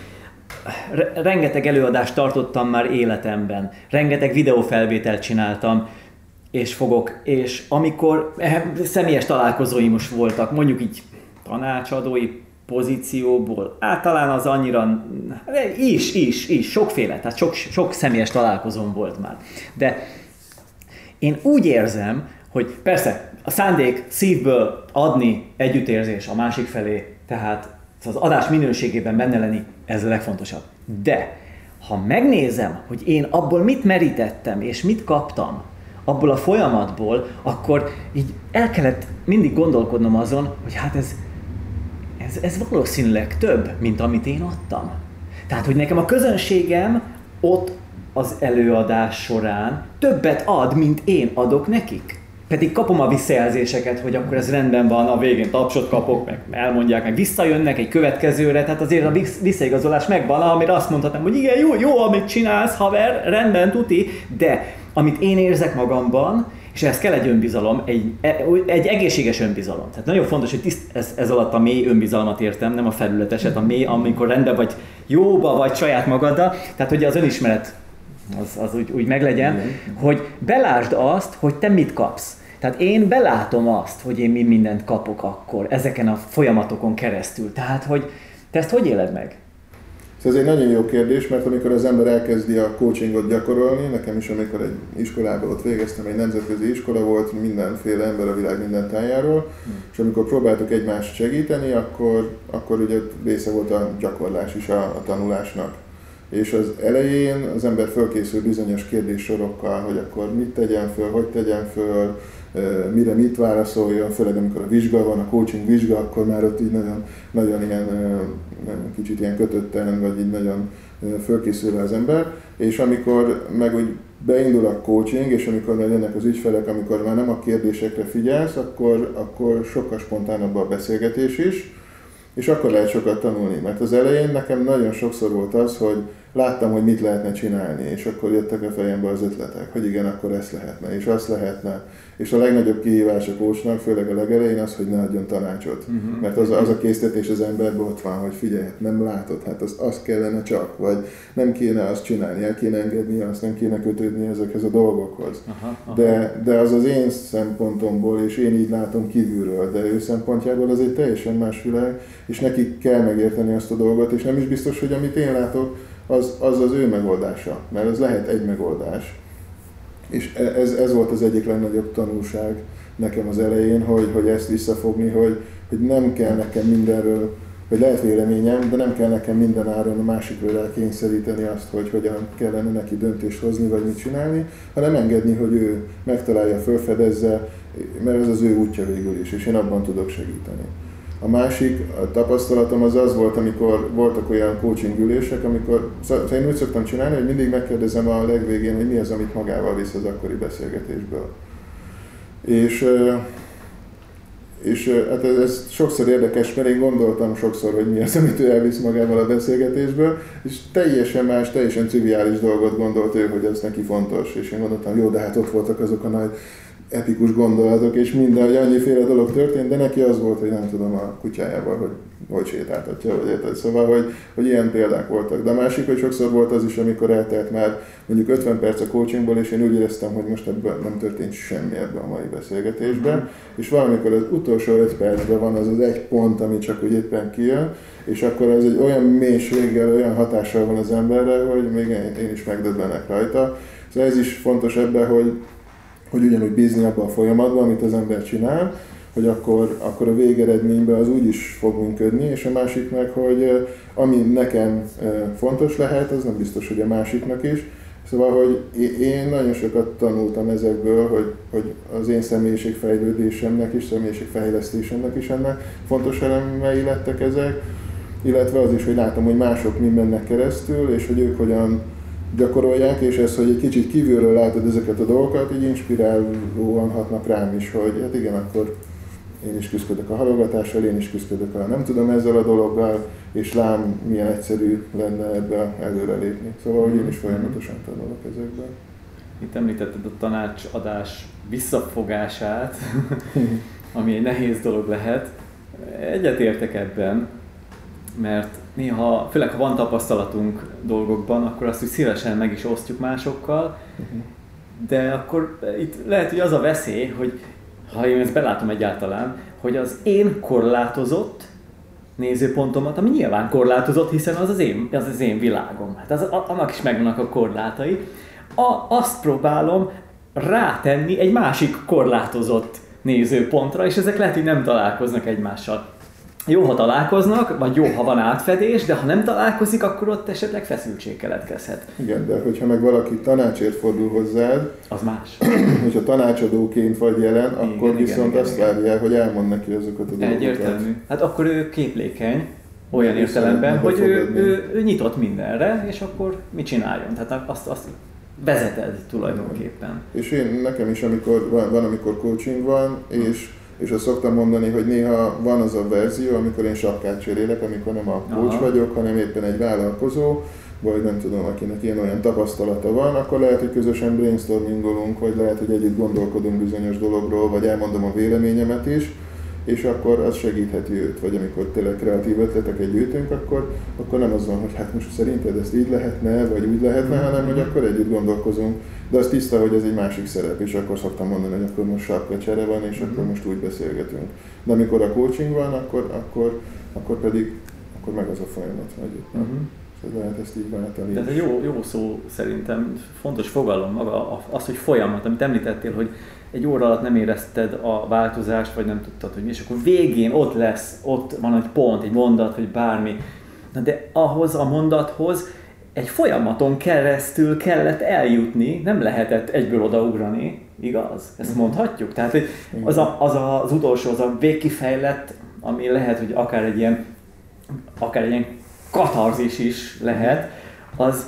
S1: rengeteg előadást tartottam már életemben, rengeteg videófelvételt csináltam, és fogok, és amikor személyes találkozóim is voltak, mondjuk így tanácsadói pozícióból, általán az annyira, is, is, is, sokféle, tehát sok, sok személyes találkozóm volt már. De én úgy érzem, hogy persze a szándék szívből adni együttérzés a másik felé, tehát az adás minőségében benne lenni, ez a legfontosabb. De ha megnézem, hogy én abból mit merítettem és mit kaptam, abból a folyamatból, akkor így el kellett mindig gondolkodnom azon, hogy hát ez, ez, ez valószínűleg több, mint amit én adtam. Tehát, hogy nekem a közönségem ott az előadás során többet ad, mint én adok nekik. Pedig kapom a visszajelzéseket, hogy akkor ez rendben van, a végén tapsot kapok, meg elmondják, meg visszajönnek egy következőre, tehát azért a visszaigazolás megvan, amire azt mondhatnám, hogy igen, jó, jó, amit csinálsz, haver, rendben, tuti, de amit én érzek magamban, és ehhez kell egy önbizalom, egy, egy egészséges önbizalom. Tehát nagyon fontos, hogy tiszt, ez, ez alatt a mély önbizalmat értem, nem a felületeset, a mély, amikor rendben vagy jóba vagy saját magaddal, tehát hogy az önismeret az, az úgy, úgy meglegyen, igen. Hogy belásd azt, hogy te mit kapsz. Tehát én belátom azt, hogy én mi mindent kapok akkor, ezeken a folyamatokon keresztül. Tehát, hogy te ezt hogy éled meg?
S2: Ez egy nagyon jó kérdés, mert amikor az ember elkezdi a coachingot gyakorolni, nekem is amikor egy iskolában ott végeztem, egy nemzetközi iskola volt, mindenféle ember a világ minden tájáról, hmm. és amikor próbáltuk egymást segíteni, akkor, akkor ugye része volt a gyakorlás is a, a tanulásnak. És az elején az ember fölkészül bizonyos kérdéssorokkal, hogy akkor mit tegyen föl, hogy tegyen föl, mire mit válaszoljon, főleg amikor a vizsga van, a coaching vizsga, akkor már ott így nagyon, nagyon ilyen, kicsit ilyen kötötten, vagy így nagyon fölkészül az ember. És amikor meg úgy beindul a coaching, és amikor jönnek az ügyfelek, amikor már nem a kérdésekre figyelsz, akkor, akkor sokkal spontánabb a beszélgetés is, és akkor lehet sokat tanulni, mert az elején nekem nagyon sokszor volt az, hogy láttam, hogy mit lehetne csinálni, és akkor jöttek a fejembe az ötletek, hogy igen, akkor ezt lehetne, és azt lehetne. És a legnagyobb kihívás a coachnak, főleg a legelején az, hogy ne adjon tanácsot. Uh-huh. Mert az, az a késztetés az emberben ott van, hogy figyelj, nem látod, hát az, az kellene csak, vagy nem kéne azt csinálni, el kéne engedni azt, nem kéne kötődni ezekhez a dolgokhoz. Aha, aha. De, de az az én szempontomból, és én így látom kívülről, de ő szempontjából az egy teljesen más világ, és nekik kell megérteni azt a dolgot, és nem is biztos, hogy amit én látok, az az, az ő megoldása, mert ez lehet egy megoldás. És ez, ez volt az egyik legnagyobb tanulság nekem az elején, hogy, hogy ezt visszafogni, hogy, hogy nem kell nekem mindenről, hogy lehet véleményem, de nem kell nekem minden áron a másikról elkényszeríteni azt, hogy hogyan kellene neki döntést hozni, vagy mit csinálni, hanem engedni, hogy ő megtalálja, felfedezze, mert ez az ő útja végül is, és én abban tudok segíteni. A másik a tapasztalatom az az volt, amikor voltak olyan coaching ülések, amikor szóval én úgy szoktam csinálni, hogy mindig megkérdezem a legvégén, hogy mi az, amit magával visz az akkori beszélgetésből. És, és hát ez, ez sokszor érdekes, mert én gondoltam sokszor, hogy mi az, amit ő elvisz magával a beszélgetésből, és teljesen más, teljesen triviális dolgot gondolt ő, hogy ez neki fontos. És én gondoltam, jó, de hát ott voltak azok a nagy epikus gondolatok, és minden, hogy annyiféle dolog történt, de neki az volt, hogy nem tudom a kutyájával, hogy hogy sétáltatja, vagy érted. Szóval, hogy, hogy ilyen példák voltak. De a másik, hogy sokszor volt az is, amikor eltelt már mondjuk ötven perc a coachingból, és én úgy éreztem, hogy most ebből nem történt semmi ebben a mai beszélgetésben, mm-hmm. és valamikor az utolsó öt percben van az az egy pont, ami csak úgy éppen kijön, és akkor ez egy olyan mélységgel, olyan hatással van az emberre, hogy még én, én is megdöbbenek rajta. Szóval ez is fontos ebben, hogy hogy ugyanúgy bízni abban a folyamatban, amit az ember csinál, hogy akkor, akkor a végeredményben az úgy is fog működni, és a másik meg, hogy ami nekem fontos lehet, az nem biztos, hogy a másiknak is. Szóval, hogy én nagyon sokat tanultam ezekből, hogy, hogy az én személyiségfejlődésemnek is, személyiségfejlesztésemnek is ennek fontos elemei lettek ezek, illetve az is, hogy látom, hogy mások mind mennek keresztül, és hogy ők hogyan gyakorolják, és ez, hogy egy kicsit kívülről látod ezeket a dolgokat, így inspirálóan hatnak rám is, hogy hát igen, akkor én is küzdök a halogatással, én is küzdök a nem tudom ezzel a dologgal, és lám milyen egyszerű lenne ebbe előrelépni. Szóval, hogy én is folyamatosan tanulok ezekben.
S1: Itt említetted a tanácsadás visszafogását, ami egy nehéz dolog lehet. Egyetértek ebben, mert néha, főleg ha van tapasztalatunk dolgokban, akkor azt úgy szívesen meg is osztjuk másokkal, de akkor itt lehet, hogy az a veszély, hogy ha én ezt belátom egyáltalán, hogy az én korlátozott nézőpontomat, ami nyilván korlátozott, hiszen az az én, az az én világom, hát az, annak is megvannak a korlátai, a, azt próbálom rátenni egy másik korlátozott nézőpontra, és ezek lehet, hogy nem találkoznak egymással. Jó, ha találkoznak, vagy jó, ha van átfedés, de ha nem találkozik, akkor ott esetleg feszültség keletkezhet.
S2: Igen, de hogyha meg valaki tanácsért fordul hozzád,
S1: az más.
S2: Hogyha tanácsadóként vagy jelen, igen, akkor igen, viszont igen, azt várják, hogy elmond neki azokat a dolgokat.
S1: Egyértelmű. Hát akkor ő képlékeny, olyan értelemben, hogy ő, ő, ő nyitott mindenre, és akkor mit csináljon? Tehát azt, azt vezeted tulajdonképpen.
S2: És én nekem is, amikor van, van amikor coaching van, és és azt szoktam mondani, hogy néha van az a verzió, amikor én sapkát cserélek, amikor nem a coach Aha. vagyok, hanem éppen egy vállalkozó, vagy nem tudom, akinek ilyen olyan tapasztalata van, akkor lehet, hogy közösen brainstormingolunk, vagy lehet, hogy együtt gondolkodunk bizonyos dologról, vagy elmondom a véleményemet is, és akkor az segítheti őt, vagy amikor tényleg kreatív ötleteket gyűjtünk, akkor, akkor nem az van, hogy hát most szerinted ezt így lehetne, vagy úgy lehetne, hanem hogy akkor együtt gondolkozunk. De az tiszta, hogy ez egy másik szerep, és akkor szoktam mondani, hogy akkor most sapkacsere van, és akkor most úgy beszélgetünk. De amikor a coaching van, akkor, akkor, akkor pedig akkor meg az a folyamat megy itt. Uh-huh. Szóval lehet ezt így váltani.
S1: Ez egy jó, jó szó szerintem, fontos fogalom maga az, hogy folyamat, amit említettél, hogy egy óra alatt nem érezted a változást, vagy nem tudtad, hogy mi, és akkor végén ott lesz, ott van egy pont, egy mondat, vagy bármi. Na de ahhoz a mondathoz egy folyamaton keresztül kellett eljutni, nem lehetett egyből odaugrani, igaz? Ezt mondhatjuk? Tehát hogy az, a, az a, az utolsó, az a végkifejlett, ami lehet, hogy akár egy ilyen, akár egy ilyen katarzis is lehet, az,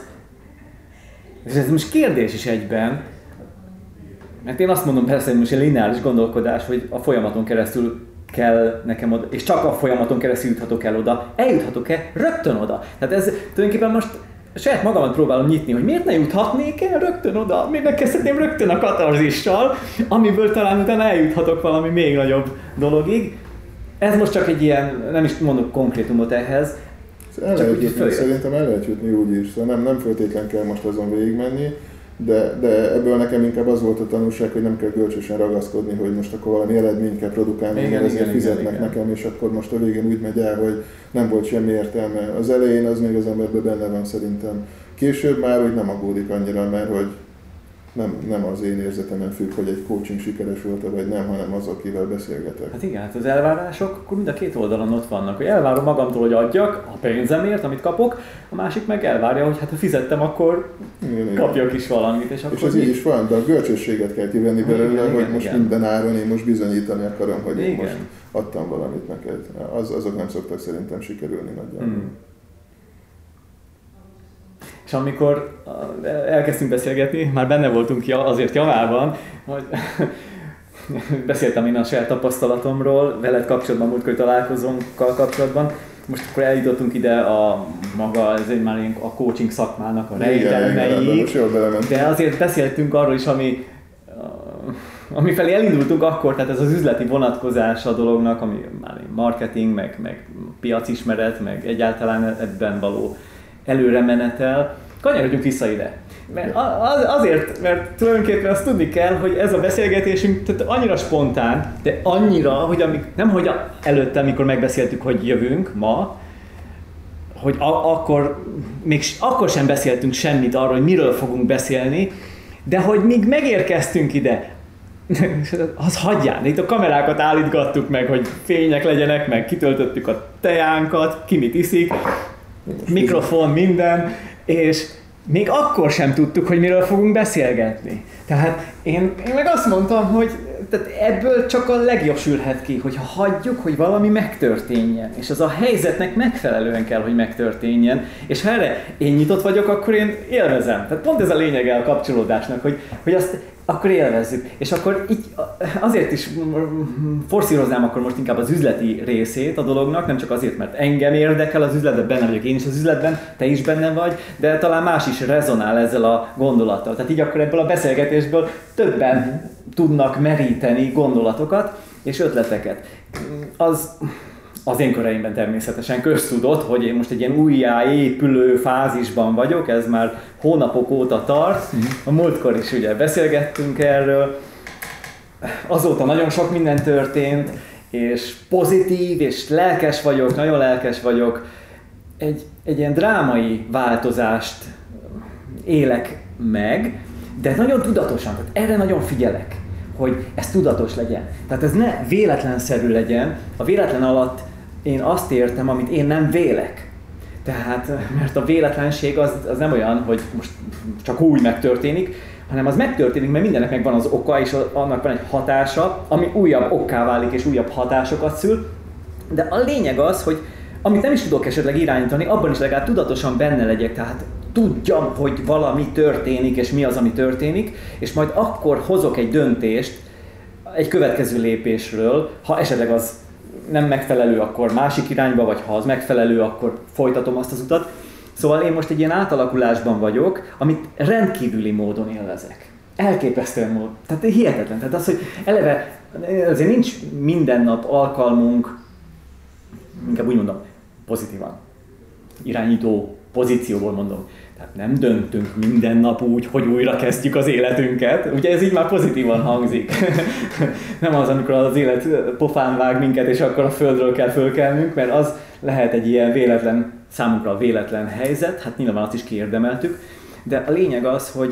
S1: és ez most kérdés is egyben, mert én azt mondom persze, hogy most egy lineáris gondolkodás, hogy a folyamaton keresztül kell nekem oda, és csak a folyamaton keresztül juthatok el oda, eljuthatok-e rögtön oda? Tehát ez tulajdonképpen most saját magamat próbálom nyitni, hogy miért ne juthatnék el rögtön oda, miért ne kezdhetném rögtön a katarzissal, amiből talán utána eljuthatok valami még nagyobb dologig. Ez most csak egy ilyen, nem is mondok konkrétumot ehhez.
S2: El csak jutni, szerintem el lehet jutni úgy is, szóval nem, nem feltétlen kell most azon végigmenni, de, de ebből nekem inkább az volt a tanulság, hogy nem kell görcsösen ragaszkodni, hogy most akkor valami eredményt kell produkálni, igen, mert ezért igen, fizetnek igen, nekem, és akkor most a végén úgy megy el, hogy nem volt semmi értelme. Az elején az még az emberben benne van szerintem. Később már úgy nem aggódik annyira, mert hogy nem, nem az én érzetemen függ, hogy egy coaching sikeres volt vagy nem, hanem az, akivel beszélgetek.
S1: Hát igen, hát az elvárások akkor mind a két oldalon ott vannak, hogy elvárom magamtól, hogy adjak a pénzemért, amit kapok, a másik meg elvárja, hogy hát ha fizettem, akkor igen, kapjak is valamit. És, akkor
S2: és ez így is van, de a görcsösséget kell kivenni belőle, igen, hogy igen, most igen. minden áron én most bizonyítani akarom, hogy igen. én most adtam valamit neked. Az, azok nem szoktak szerintem sikerülni nagyjából. Hmm.
S1: És amikor elkezdtünk beszélgetni, már benne voltunk azért javában, hogy beszéltem én a saját tapasztalatomról, veled kapcsolatban, múltkor találkozónkkal kapcsolatban. Most akkor eljutottunk ide a maga, ez egy már a coaching szakmának a rejtelmei, de azért beszéltünk arról is, ami, ami felé elindultunk akkor, tehát ez az üzleti vonatkozás a dolognak, ami már marketing, meg, meg piacismeret, meg egyáltalán ebben való előremenetel. Kanyarodjunk vissza ide. Mert az, azért, mert tulajdonképpen azt tudni kell, hogy ez a beszélgetésünk tehát annyira spontán, de annyira, hogy amik, nem hogy előtte, amikor megbeszéltük, hogy jövünk ma, hogy a, akkor, még akkor sem beszéltünk semmit arról, hogy miről fogunk beszélni, de hogy míg megérkeztünk ide, az hagyján. Itt a kamerákat állítgattuk meg, hogy fények legyenek, meg kitöltöttük a teánkat, ki mit iszik, mikrofon, minden, és még akkor sem tudtuk, hogy miről fogunk beszélgetni. Tehát én, én meg azt mondtam, hogy tehát ebből csak a legjobb sülhet ki, hogyha hagyjuk, hogy valami megtörténjen, és az a helyzetnek megfelelően kell, hogy megtörténjen, és ha erre én nyitott vagyok, akkor én élvezem. Tehát pont ez a lényege a kapcsolódásnak, hogy, hogy azt akkor élvezzük. És akkor így azért is forszíroznám akkor most inkább az üzleti részét a dolognak, nem csak azért, mert engem érdekel az üzletben, benne vagyok én is az üzletben, te is benne vagy, de talán más is rezonál ezzel a gondolattal. Tehát így akkor ebből a beszélgetésből többen tudnak meríteni gondolatokat és ötleteket. Az, az én köreimben természetesen köztudott, hogy én most egy ilyen újjáépülő fázisban vagyok, ez már hónapok óta tart. A múltkor is ugye beszélgettünk erről, azóta nagyon sok minden történt, és pozitív, és lelkes vagyok, nagyon lelkes vagyok. Egy, egy ilyen drámai változást élek meg, de nagyon tudatosan, tehát erre nagyon figyelek, hogy ez tudatos legyen. Tehát ez ne véletlenszerű legyen, a véletlen alatt én azt értem, amit én nem vélek. Tehát, mert a véletlenség az, az nem olyan, hogy most csak úgy megtörténik, hanem az megtörténik, mert mindennek megvan az oka, és annak van egy hatása, ami újabb okká válik, és újabb hatásokat szül. De a lényeg az, hogy amit nem is tudok esetleg irányítani, abban is legalább tudatosan benne legyek, tehát tudjam, hogy valami történik, és mi az, ami történik, és majd akkor hozok egy döntést egy következő lépésről, ha esetleg az nem megfelelő, akkor másik irányba, vagy ha az megfelelő, akkor folytatom azt az utat. Szóval én most egy ilyen átalakulásban vagyok, amit rendkívüli módon élvezek. Elképesztően módon. Tehát hihetetlen. Tehát az, hogy eleve azért nincs minden nap alkalmunk, inkább úgy mondom, pozitívan, irányító pozícióból mondom. Tehát nem döntünk minden nap úgy, hogy újra kezdjük az életünket. Ugye ez így már pozitívan hangzik. Nem az, amikor az élet pofán vág minket, és akkor a földről kell fölkelnünk, mert az lehet egy ilyen véletlen, számunkra véletlen helyzet, hát nyilván azt is kiérdemeltük. De a lényeg az, hogy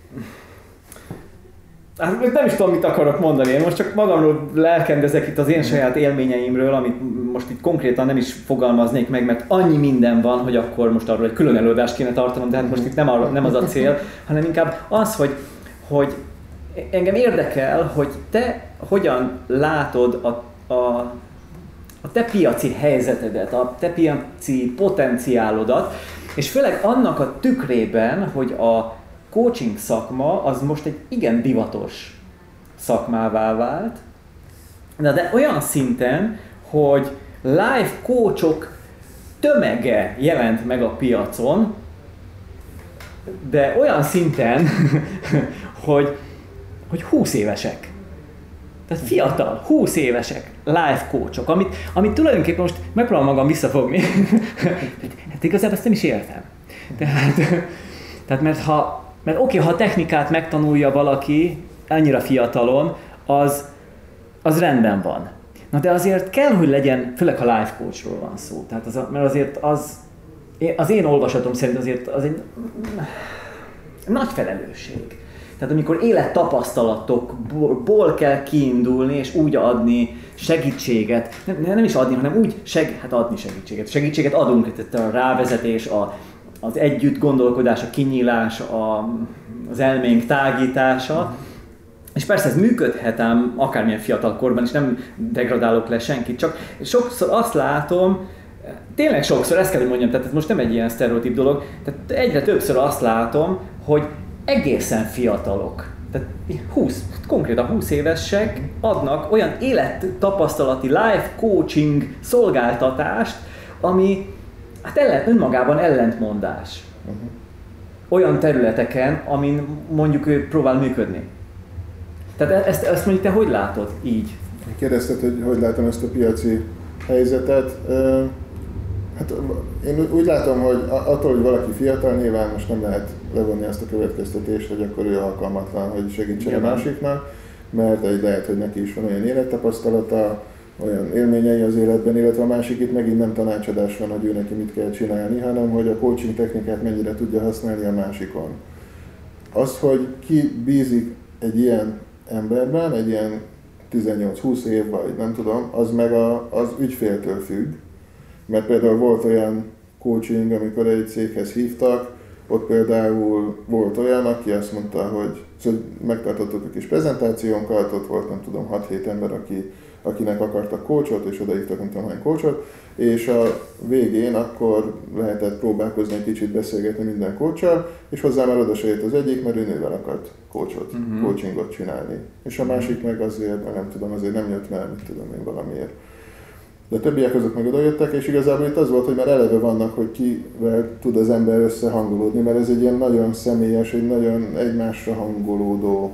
S1: hát nem is tudom, mit akarok mondani, én most csak magamról lelkendezek itt az én saját élményeimről, amit most itt konkrétan nem is fogalmaznék meg, mert annyi minden van, hogy akkor most arról egy külön előadást kéne tartanom, de hát most itt nem, arra, nem az a cél, hanem inkább az, hogy, hogy engem érdekel, hogy te hogyan látod a, a, a te piaci helyzetedet, a te piaci potenciálodat, és főleg annak a tükrében, hogy a coaching szakma az most egy igen divatos szakmává vált, de, de olyan szinten, hogy life coachok tömege jelent meg a piacon, de olyan szinten, hogy, hogy húsz évesek. Tehát fiatal, húsz évesek life coachok, amit, amit tulajdonképpen most megpróbálom magam visszafogni. Hát igazából ezt nem is értem. Tehát, tehát mert ha Mert oké, okay, ha a technikát megtanulja valaki annyira fiatalon, az, az rendben van. Na de azért kell, hogy legyen, főleg ha life coachról van szó. Tehát az, mert azért az, az én olvasatom szerint azért az egy nagy felelősség. Tehát amikor élettapasztalatokból kell kiindulni, és úgy adni segítséget, nem, nem is adni, hanem úgy seg, hát adni segítséget. Segítséget adunk, tehát a rávezetés, a az együtt gondolkodás, a kinyílás, a, az elménk tágítása. És persze ez működhet ám akármilyen fiatal korban, és nem degradálok le senkit, csak sokszor azt látom, tényleg sokszor, ezt kell, hogy mondjam, tehát ez most nem egy ilyen sztereotíp dolog, tehát egyre többször azt látom, hogy egészen fiatalok, tehát húsz, konkrétan húsz évesek adnak olyan élettapasztalati life coaching szolgáltatást, ami hát ellen, önmagában ellentmondás. Uh-huh. Olyan területeken, amin mondjuk ő próbál működni. Tehát ezt, ezt mondjuk te hogy látod így?
S2: Kérdezted, hogy hogy látom ezt a piaci helyzetet. Hát én úgy látom, hogy attól, hogy valaki fiatal, nyilván most nem lehet levonni azt a következtetést, hogy akkor ő alkalmatlan, hogy segítsen a másiknak, mert egy lehet, hogy neki is van olyan élettapasztalata, olyan élményei az életben, illetve a másik itt megint nem tanácsadás van, hogy ő neki mit kell csinálni, hanem hogy a coaching technikát mennyire tudja használni a másikon. Az, hogy ki bízik egy ilyen emberben, egy ilyen tizennyolc-húsz év, vagy nem tudom, az meg a, az ügyféltől függ. Mert például volt olyan coaching, amikor egy céghez hívtak, ott például volt olyan, aki azt mondta, hogy szóval megtartottuk a kis prezentációnkat, ott volt nem tudom hat-hét ember, aki, akinek akartak coachot, és odaírtak nem tudom hány coachot, és a végén akkor lehetett próbálkozni egy kicsit beszélgetni minden coachal, és hozzá már oda se jött az egyik, mert ő nővel akart coachot, uh-huh. coachingot csinálni. És a másik meg azért, mert nem tudom, azért nem jött, mert mit tudom én valamiért. De a többiek azok meg odajöttek, és igazából itt az volt, hogy már eleve vannak, hogy kivel tud az ember összehangolódni, mert ez egy ilyen nagyon személyes, egy nagyon egymásra hangolódó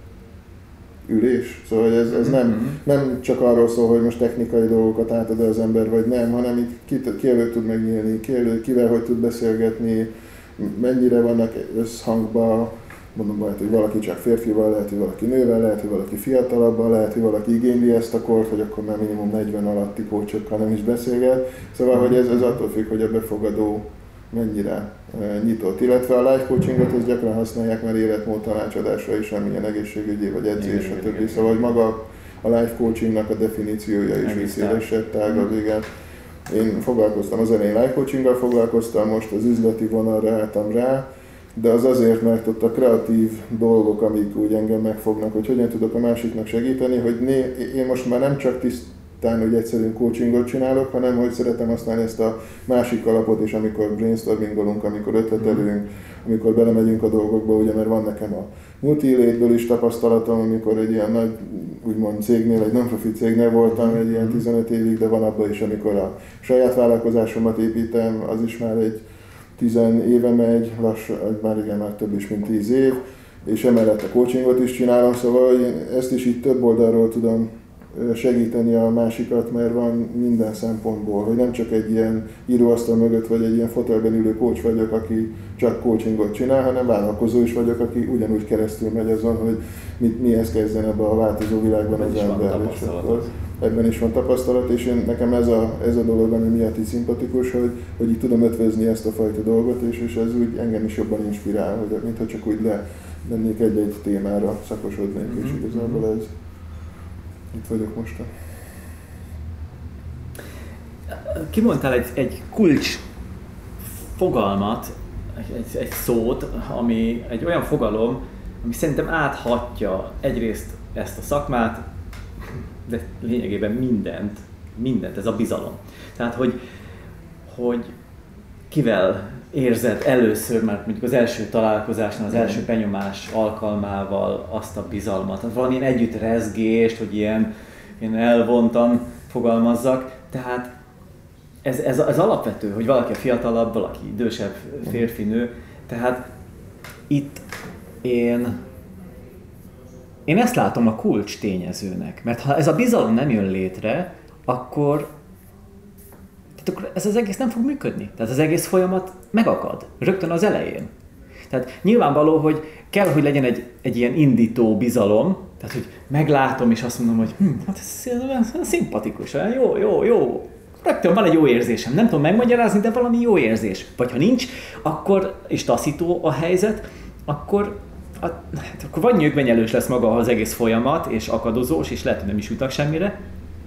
S2: ülés. Szóval ez, ez nem, nem csak arról szól, hogy most technikai dolgokat átad az ember, vagy nem, hanem itt ki, ki előtt tud megnyílni, ki előtt, kivel hogy tud beszélgetni, mennyire vannak összhangban. Mondom, lehet, hogy valaki csak férfival, lehet, hogy valaki nővel, lehet, hogy valaki fiatalabban, lehet, hogy valaki igényli ezt a kort, hogy akkor már minimum negyven alatti coachokkal nem is beszélget. Szóval, hogy ez, ez attól függ, hogy a befogadó mennyire e, nyitott. Illetve a life coachingot azt gyakran használják már életmód tanácsadásra is, amilyen egészségügyi vagy edzés, stb. Szóval, hogy maga a life coachingnak a definíciója is szélesebb, tágabb, igen. Én foglalkoztam, az elején life coachinggal foglalkoztam, most az üzleti vonalra álltam rá, de az azért, mert ott a kreatív dolgok, amik úgy engem megfognak, hogy hogyan tudok a másiknak segíteni, hogy né, én most már nem csak tisztán, hogy egyszerűen coachingot csinálok, hanem hogy szeretem használni ezt a másik alapot is, amikor brainstormingolunk, amikor ötletelünk, amikor belemegyünk a dolgokba, ugye, mert van nekem a multi-életből is tapasztalatom, amikor egy ilyen nagy, úgymond cégnél, egy non-profit cégnél voltam egy ilyen tizenöt évig, de van abban is, amikor a saját vállalkozásomat építem, az is már egy tizen éve megy, lassan, már igen, már több is, mint tíz év, és emellett a coachingot is csinálom, szóval én ezt is így több oldalról tudom segíteni a másikat, mert van minden szempontból, hogy nem csak egy ilyen íróasztal mögött, vagy egy ilyen fotelben ülő coach vagyok, aki csak coachingot csinál, hanem vállalkozó is vagyok, aki ugyanúgy keresztül megy azon, hogy mit, mihez kezdjen ebben a változó világban az ember. Ebben is van tapasztalat, és én, nekem ez a, ez a dolog, ami miatt így szimpatikus, hogy, hogy így tudom ötvözni ezt a fajta dolgot, és, és ez úgy engem is jobban inspirál, hogy mintha csak úgy le lennék egy-egy témára szakosodnék, mm-hmm. és igazából ez itt vagyok most.
S1: Kimondtál egy, egy kulcs fogalmat, egy, egy szót, ami egy olyan fogalom, ami szerintem áthatja egyrészt ezt a szakmát, de lényegében mindent, mindent, ez a bizalom. Tehát, hogy, hogy kivel érzed először, mert mondjuk az első találkozásnál, az első benyomás alkalmával azt a bizalmat, valamilyen együttrezgést, hogy ilyen, ilyen elvontan fogalmazzak. Tehát ez, ez, ez alapvető, hogy valaki fiatalabb, valaki idősebb férfi, nő. Tehát itt én Én ezt látom a kulcs tényezőnek, mert ha ez a bizalom nem jön létre, akkor, tehát akkor ez az egész nem fog működni. Tehát az egész folyamat megakad, rögtön az elején. Tehát nyilvánvaló, hogy kell, hogy legyen egy, egy ilyen indító bizalom, tehát hogy meglátom és azt mondom, hogy hm, hát ez, ez szimpatikus, jó, jó, jó. Rögtön van egy jó érzésem, nem tudom megmagyarázni, de valami jó érzés. Vagy ha nincs, akkor, és taszító a helyzet, akkor Hát, akkor vagy nyögvenyelős lesz maga az egész folyamat, és akadozós, és lehet, hogy nem is jutnak semmire,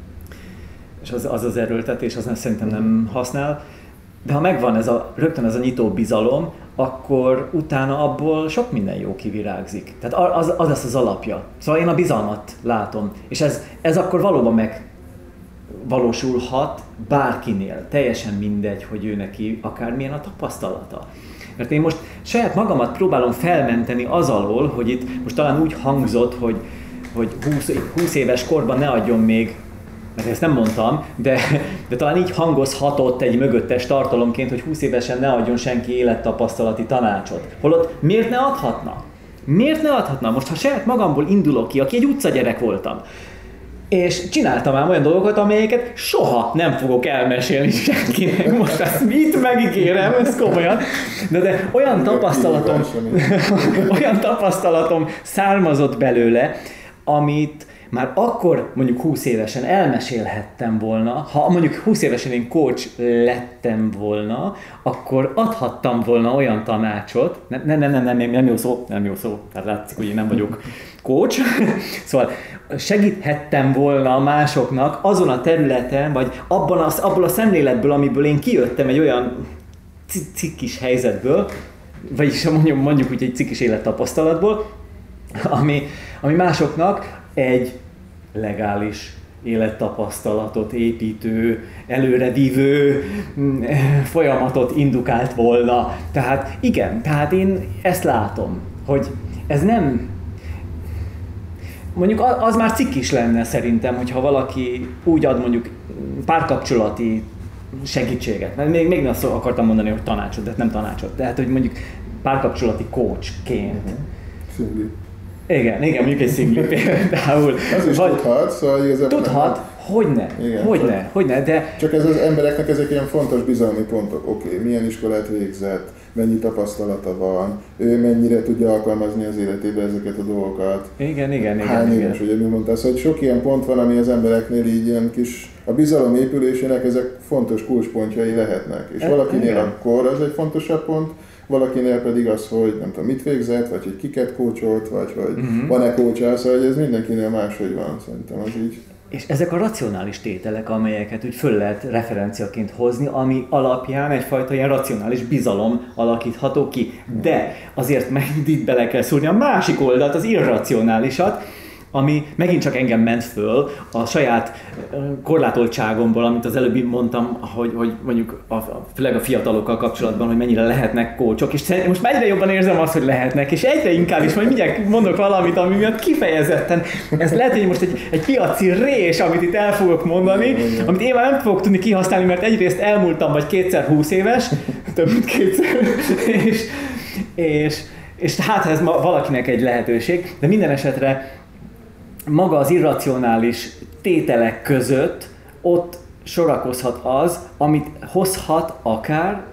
S1: és az az, az erőltetés, az nem, szerintem nem használ. De ha megvan ez a, rögtön ez a nyitó bizalom, akkor utána abból sok minden jó kivirágzik. Tehát az, az lesz az alapja. Szóval én a bizalmat látom, és ez, ez akkor valóban megvalósulhat bárkinél. Teljesen mindegy, hogy ő neki akármilyen a tapasztalata. Mert én most saját magamat próbálom felmenteni az alól, hogy itt most talán úgy hangzott, hogy, hogy húsz, húsz éves korban ne adjon még, mert ezt nem mondtam, de, de talán így hangozhatott egy mögöttes tartalomként, hogy húsz évesen ne adjon senki élettapasztalati tanácsot. Holott miért ne adhatna? Miért ne adhatna? Most ha saját magamból indulok ki, aki egy utcagyerek voltam, és csináltam már olyan dolgokat, amelyeket soha nem fogok elmesélni senkinek. Most ezt mit megígérem, ez komolyan. De, de olyan tapasztalatom, olyan tapasztalatom származott belőle, amit már akkor mondjuk húsz évesen elmesélhettem volna, ha mondjuk húsz évesen én coach lettem volna, akkor adhattam volna olyan tanácsot, nem, nem, nem, nem, nem, nem jó szó, nem jó szó, tehát látszik, hogy én nem vagyok coach, szóval segíthettem volna másoknak azon a területen, vagy abban a, abból a szemléletből, amiből én kijöttem egy olyan cikkis helyzetből, vagyis mondjuk, mondjuk úgy egy cikkis élettapasztalatból, ami, ami másoknak egy legális élettapasztalatot építő, előrevívő folyamatot indukált volna. Tehát igen, tehát én ezt látom, hogy ez nem... Mondjuk az már cikk is lenne szerintem, hogyha valaki úgy ad mondjuk párkapcsolati segítséget. Mert még, még azt akartam mondani, hogy tanácsot, de nem tanácsot. Tehát, hogy mondjuk párkapcsolati coachként.
S2: Szingli.
S1: Igen, igen, mondjuk egy szingli például.
S2: Az is vagy, tudhat, szóval igazából...
S1: Tudhat, hogyne, igen, hogyne, csak, hogyne, de...
S2: Csak ez az embereknek ezek ilyen fontos bizalmi pontok. Oké, okay, milyen iskolát végzett, mennyi tapasztalata van, ő mennyire tudja alkalmazni az életébe ezeket a dolgokat.
S1: Igen, igen, igen.
S2: Hány éves, ugye mi mondtál, hogy sok ilyen pont van, ami az embereknél így ilyen kis, a bizalom épülésének ezek fontos kulcspontjai lehetnek. És e, valakinél igen. Akkor az egy fontosabb pont, valakinél pedig az, hogy nem tudom, mit végzett, vagy hogy kiket kócsolt, vagy hogy uh-huh. van-e kócsál, szóval hogy ez mindenkinél máshogy van, szerintem az így.
S1: És ezek a racionális tételek, amelyeket úgy föl lehet referenciaként hozni, ami alapján egyfajta ilyen racionális bizalom alakítható ki. De azért megint itt bele kell szúrni a másik oldalt, az irracionálisat, ami megint csak engem ment föl a saját korlátoltságomból, amit az előbb mondtam, hogy, hogy mondjuk a, főleg a fiatalokkal kapcsolatban, hogy mennyire lehetnek kócsok, és most már egyre jobban érzem azt, hogy lehetnek, és egyre inkább is, majd mindjárt mondok valamit, ami miatt kifejezetten, ez lehet, hogy most egy, egy piaci rés, amit itt el fogok mondani, amit én már nem fogok tudni kihasználni, mert egyrészt elmúltam vagy kétszer húsz éves, több mint kétszer, és, és, és hát ez ma valakinek egy lehetőség, de minden esetre maga az irracionális tételek között ott sorakozhat az, amit hozhat akár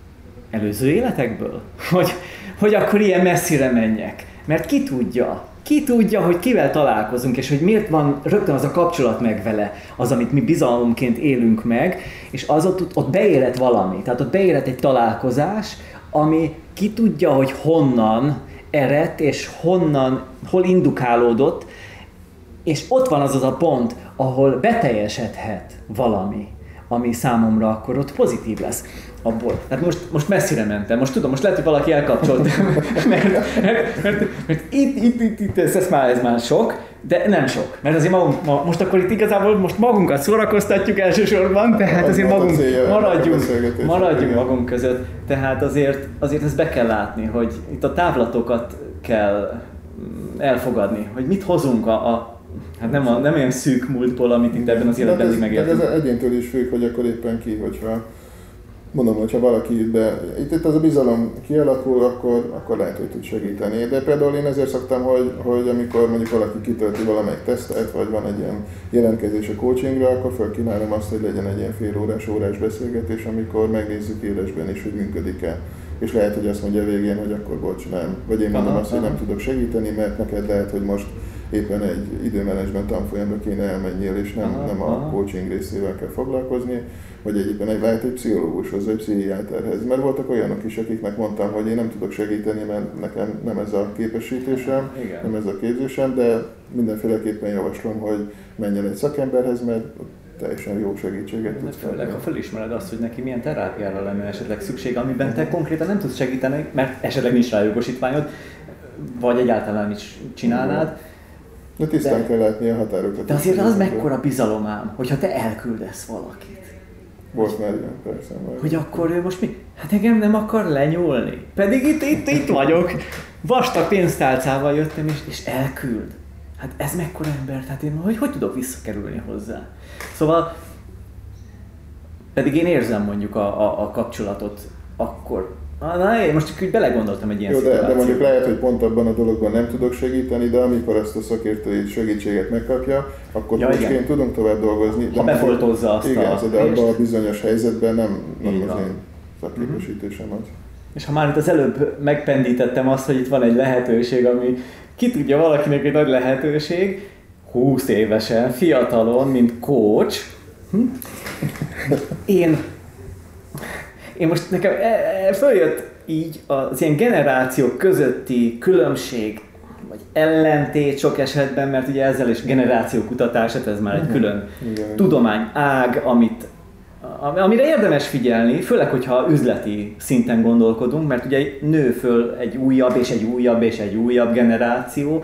S1: előző életekből. Hogy, hogy akkor ilyen messzire menjek. Mert ki tudja, ki tudja, hogy kivel találkozunk, és hogy miért van rögtön az a kapcsolat meg vele, az, amit mi bizalomként élünk meg, és az ott, ott beérett valami. Tehát ott beérett egy találkozás, ami ki tudja, hogy honnan eredt, és honnan, hol indukálódott, és ott van az az a pont, ahol beteljesedhet valami, ami számomra akkor ott pozitív lesz abból. Tehát most, most messzire mentem, most tudom, most lehet, hogy valaki elkapcsolt, mert, mert, mert, mert itt, itt, itt, itt ez, ez, már, ez már sok, de nem sok, mert azért magunk, most akkor itt igazából most magunkat szórakoztatjuk elsősorban, tehát azért magunk, maradjunk, maradjunk magunk között, tehát azért, azért ezt be kell látni, hogy itt a távlatokat kell elfogadni, hogy mit hozunk a, a hát nem, a, nem olyan szűk múltból, amit itt ebben az életben eddig megéltünk.
S2: Ez egyéntől is függ, hogy akkor éppen ki, hogyha mondom, hogyha valaki be, itt, itt az a bizalom kialakul, akkor, akkor lehet, hogy tud segíteni. De például én ezért szoktam, hogy, hogy amikor mondjuk valaki kitölti valamelyik tesztet, vagy van egy ilyen jelentkezés a coachingra, akkor felkínálom azt, hogy legyen egy ilyen fél órás, órás beszélgetés, amikor megnézzük élesben is, hogy működik-e. És lehet, hogy azt mondja a végén, hogy akkor bocs, nem. Vagy én mondom aha, azt, hogy nem tudok segíteni, mert neked lehet, hogy most éppen egy időmenedzsment tanfolyamra kéne elmenjél, és nem, aha, nem a aha. coaching részével kell foglalkozni, vagy egyébként egy, lehet egy pszichológushoz, egy pszichiáterhez. Mert voltak olyanok is, akiknek mondtam, hogy én nem tudok segíteni, mert nekem nem ez a képesítésem, igen. nem ez a képzésem, de mindenféleképpen javaslom, hogy menjen egy szakemberhez, mert teljesen jó segítséget tudsz kapni.
S1: Főleg, ha felismered azt, hogy neki milyen terápiára lenne esetleg szüksége, amiben te konkrétan nem tudsz segíteni, mert esetleg nincs rá jogosítványod, vagy egyáltalán is csinálnád.
S2: De tisztán de, kell látni a határokat.
S1: De azért az mekkora bizalom ám, hogyha te elküldesz valakit.
S2: Volt már ilyen, persze. Már.
S1: Hogy akkor ő most mi? Hát engem nem akar lenyúlni. Pedig itt, itt, itt vagyok. Vastag pénztálcával jöttem, és, és elküld. Hát ez mekkora ember, tehát én hogy, hogy tudok visszakerülni hozzá? Szóval, pedig én érzem mondjuk a, a, a kapcsolatot akkor. Na, én most csak úgy belegondoltam egy ilyen
S2: jó,
S1: szituációba.
S2: De, de mondjuk lehet, hogy pont abban a dologban nem tudok segíteni, de amikor ezt a szakértői segítséget megkapja, akkor ja, most tudunk tovább dolgozni.
S1: Ha befoltozza azt
S2: igen,
S1: a...
S2: de abban a bizonyos helyzetben nem, nem az én szakképesítésem az.
S1: És ha már itt az előbb megpendítettem azt, hogy itt van egy lehetőség, ami ki tudja valakinek egy nagy lehetőség, húsz évesen, fiatalon, mint coach, hm? én, én most nekem följött így az ilyen generációk közötti különbség, vagy ellentét sok esetben, mert ugye ezzel is generációkutatás, hát ez már egy külön igen, tudomány ág, amit, amire érdemes figyelni, főleg, hogyha üzleti szinten gondolkodunk, mert ugye nő föl egy újabb és egy újabb és egy újabb generáció,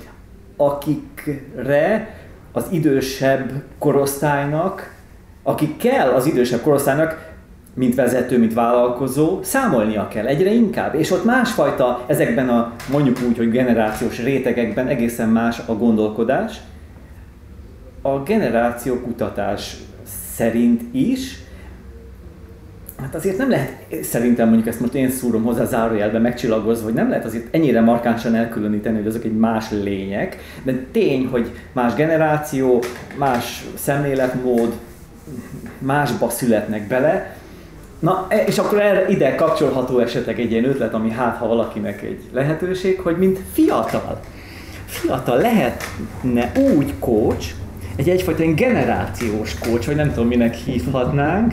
S1: akikre az idősebb korosztálynak, akikkel az idősebb korosztálynak, mint vezető, mint vállalkozó, számolnia kell egyre inkább. És ott másfajta, ezekben a mondjuk úgy, hogy generációs rétegekben egészen más a gondolkodás. A generációkutatás szerint is, hát azért nem lehet, szerintem mondjuk ezt most én szúrom hozzá zárójelbe megcsillagozva, hogy nem lehet azért ennyire markánsan elkülöníteni, hogy azok egy más lények, de tény, hogy más generáció, más szemléletmód, másba születnek bele. Na, és akkor erre ide kapcsolható esetleg egy ilyen ötlet, ami hát, ha valakinek egy lehetőség, hogy mint fiatal, fiatal lehetne úgy coach, egy egyfajta egy generációs coach, vagy nem tudom minek hívhatnánk,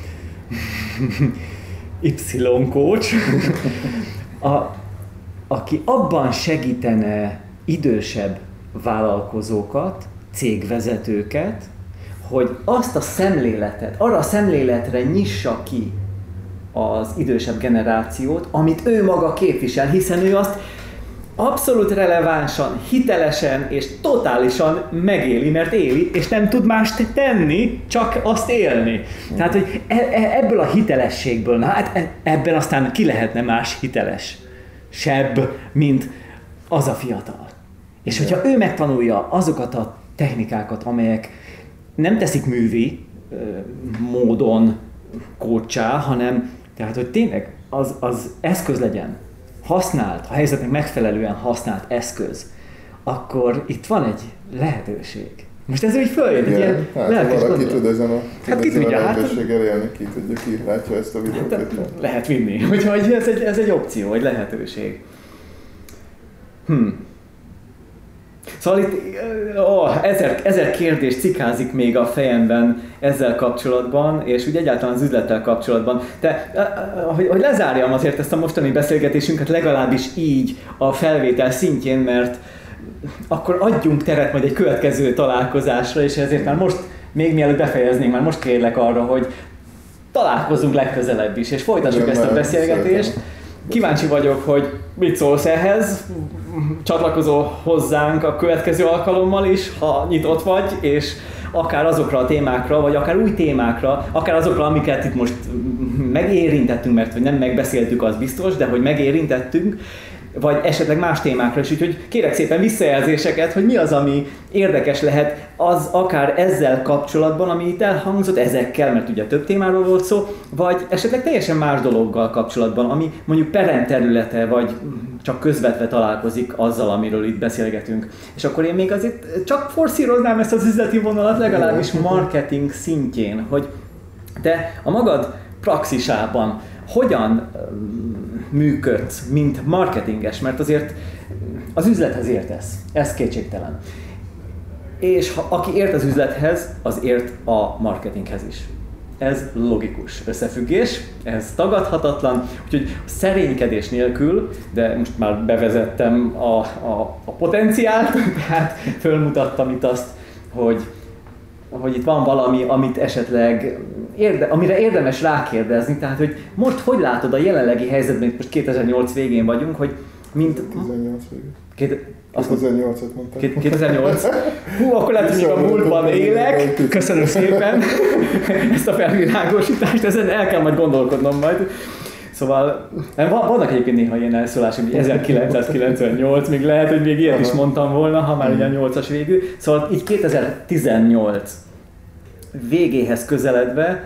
S1: Y-coach, a, aki abban segítene idősebb vállalkozókat, cégvezetőket, hogy azt a szemléletet, arra a szemléletre nyissa ki az idősebb generációt, amit ő maga képvisel, hiszen ő azt abszolút relevánsan, hitelesen és totálisan megéli, mert éli, és nem tud mást tenni, csak azt élni. Tehát, hogy ebből a hitelességből, na hát ebben aztán ki lehetne más hiteles, sebb, mint az a fiatal. És hogyha ő megtanulja azokat a technikákat, amelyek nem teszik művi ö, módon coachá, hanem tehát, hogy tényleg az, az eszköz legyen, használt, a helyzetnek megfelelően használt eszköz, akkor itt van egy lehetőség. Most ez úgy följött, egy ilyen
S2: hát,
S1: lelkes
S2: valaki
S1: gondolat.
S2: tud ezen a,
S1: hát
S2: tud ezen a
S1: hát,
S2: lehetőséggel élni, ki tudja, ki látja ezt a videót.
S1: Hát, lehet vinni, úgyhogy ez egy, ez egy opció, egy lehetőség. Hm. Szóval itt ó, ezer, ezer kérdés cikázik még a fejemben ezzel kapcsolatban, és úgy egyáltalán az üzlettel kapcsolatban. De hogy, hogy lezárjam azért ezt a mostani beszélgetésünket legalábbis így a felvétel szintjén, mert akkor adjunk teret majd egy következő találkozásra, és ezért már most, még mielőtt befejeznénk, már most kérlek arra, hogy találkozzunk legközelebb is, és folytassuk ezt a beszélgetést. Kíváncsi vagyok, hogy mit szólsz ehhez, csatlakozol hozzánk a következő alkalommal is, ha nyitott vagy, és akár azokra a témákra, vagy akár új témákra, akár azokra, amiket itt most megérintettünk, mert hogy nem megbeszéltük, az biztos, de hogy megérintettünk, vagy esetleg más témákra is, úgyhogy kérek szépen visszajelzéseket, hogy mi az, ami érdekes lehet, az akár ezzel kapcsolatban, ami itt elhangzott, ezekkel, mert ugye több témáról volt szó, vagy esetleg teljesen más dologgal kapcsolatban, ami mondjuk peremterülete, vagy csak közvetve találkozik azzal, amiről itt beszélgetünk. És akkor én még azért csak forszíroznám ezt az üzleti vonalat, legalábbis marketing szintjén, hogy te a magad praxisában hogyan működsz, mint marketinges, mert azért az üzlethez értesz, ez kétségtelen. És ha aki ért az üzlethez, az ért a marketinghez is. Ez logikus összefüggés, ez tagadhatatlan, úgyhogy szerénykedés nélkül, de most már bevezettem a, a, a potenciált, tehát fölmutattam itt azt, hogy hogy itt van valami, amit esetleg érde, amire érdemes rákérdezni, tehát hogy most hogy látod a jelenlegi helyzetben, itt most kétezer-nyolc végén vagyunk, hogy mint...
S2: kétezer-nyolc végén.
S1: Két,
S2: kétezer-nyolcat mondtam.
S1: kétezer-nyolc. Hú, akkor lehet, hogy még a múltban élek. Köszönöm szépen ezt a felvilágosítást, ezen el kell majd gondolkodnom majd. Szóval vannak egyébként néha ilyen elszólások, hogy ezerkilencszázkilencvennyolc, még lehet, hogy még ilyet is mondtam volna, ha már ugye a nyolcas végű. Szóval így kétezer-tizennyolc végéhez közeledve,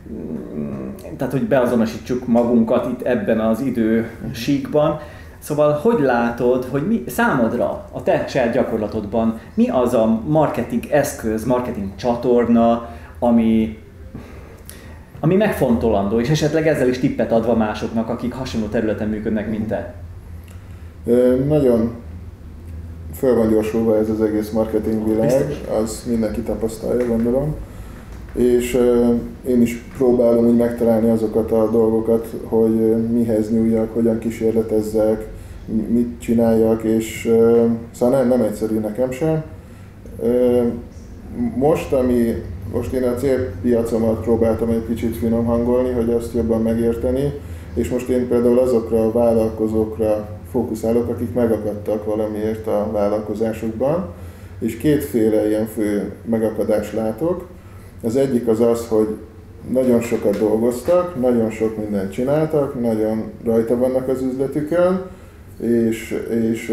S1: tehát hogy beazonosítsuk magunkat itt ebben az idő síkban. Szóval hogy látod, hogy mi számodra, a te saját gyakorlatodban mi az a marketing eszköz, marketing csatorna, ami ami megfontolandó, és esetleg ezzel is tippet adva másoknak, akik hasonló területen működnek, mint te?
S2: Nagyon föl van gyorsulva ez az egész marketing világ, az mindenki tapasztalja, gondolom. És uh, én is próbálom úgy megtalálni azokat a dolgokat, hogy uh, mihez nyúljak, hogyan kísérletezzek, mit csináljak, és uh, szóval nem, nem egyszerű nekem sem. Uh, most, ami, most én a célpiacomat próbáltam egy kicsit finom hangolni, hogy azt jobban megérteni, és most én például azokra a vállalkozókra fókuszálok, akik megakadtak valamiért a vállalkozásukban, és kétféle ilyen fő megakadást látok. Az egyik az az, hogy nagyon sokat dolgoztak, nagyon sok mindent csináltak, nagyon rajta vannak az üzletükön, és, és,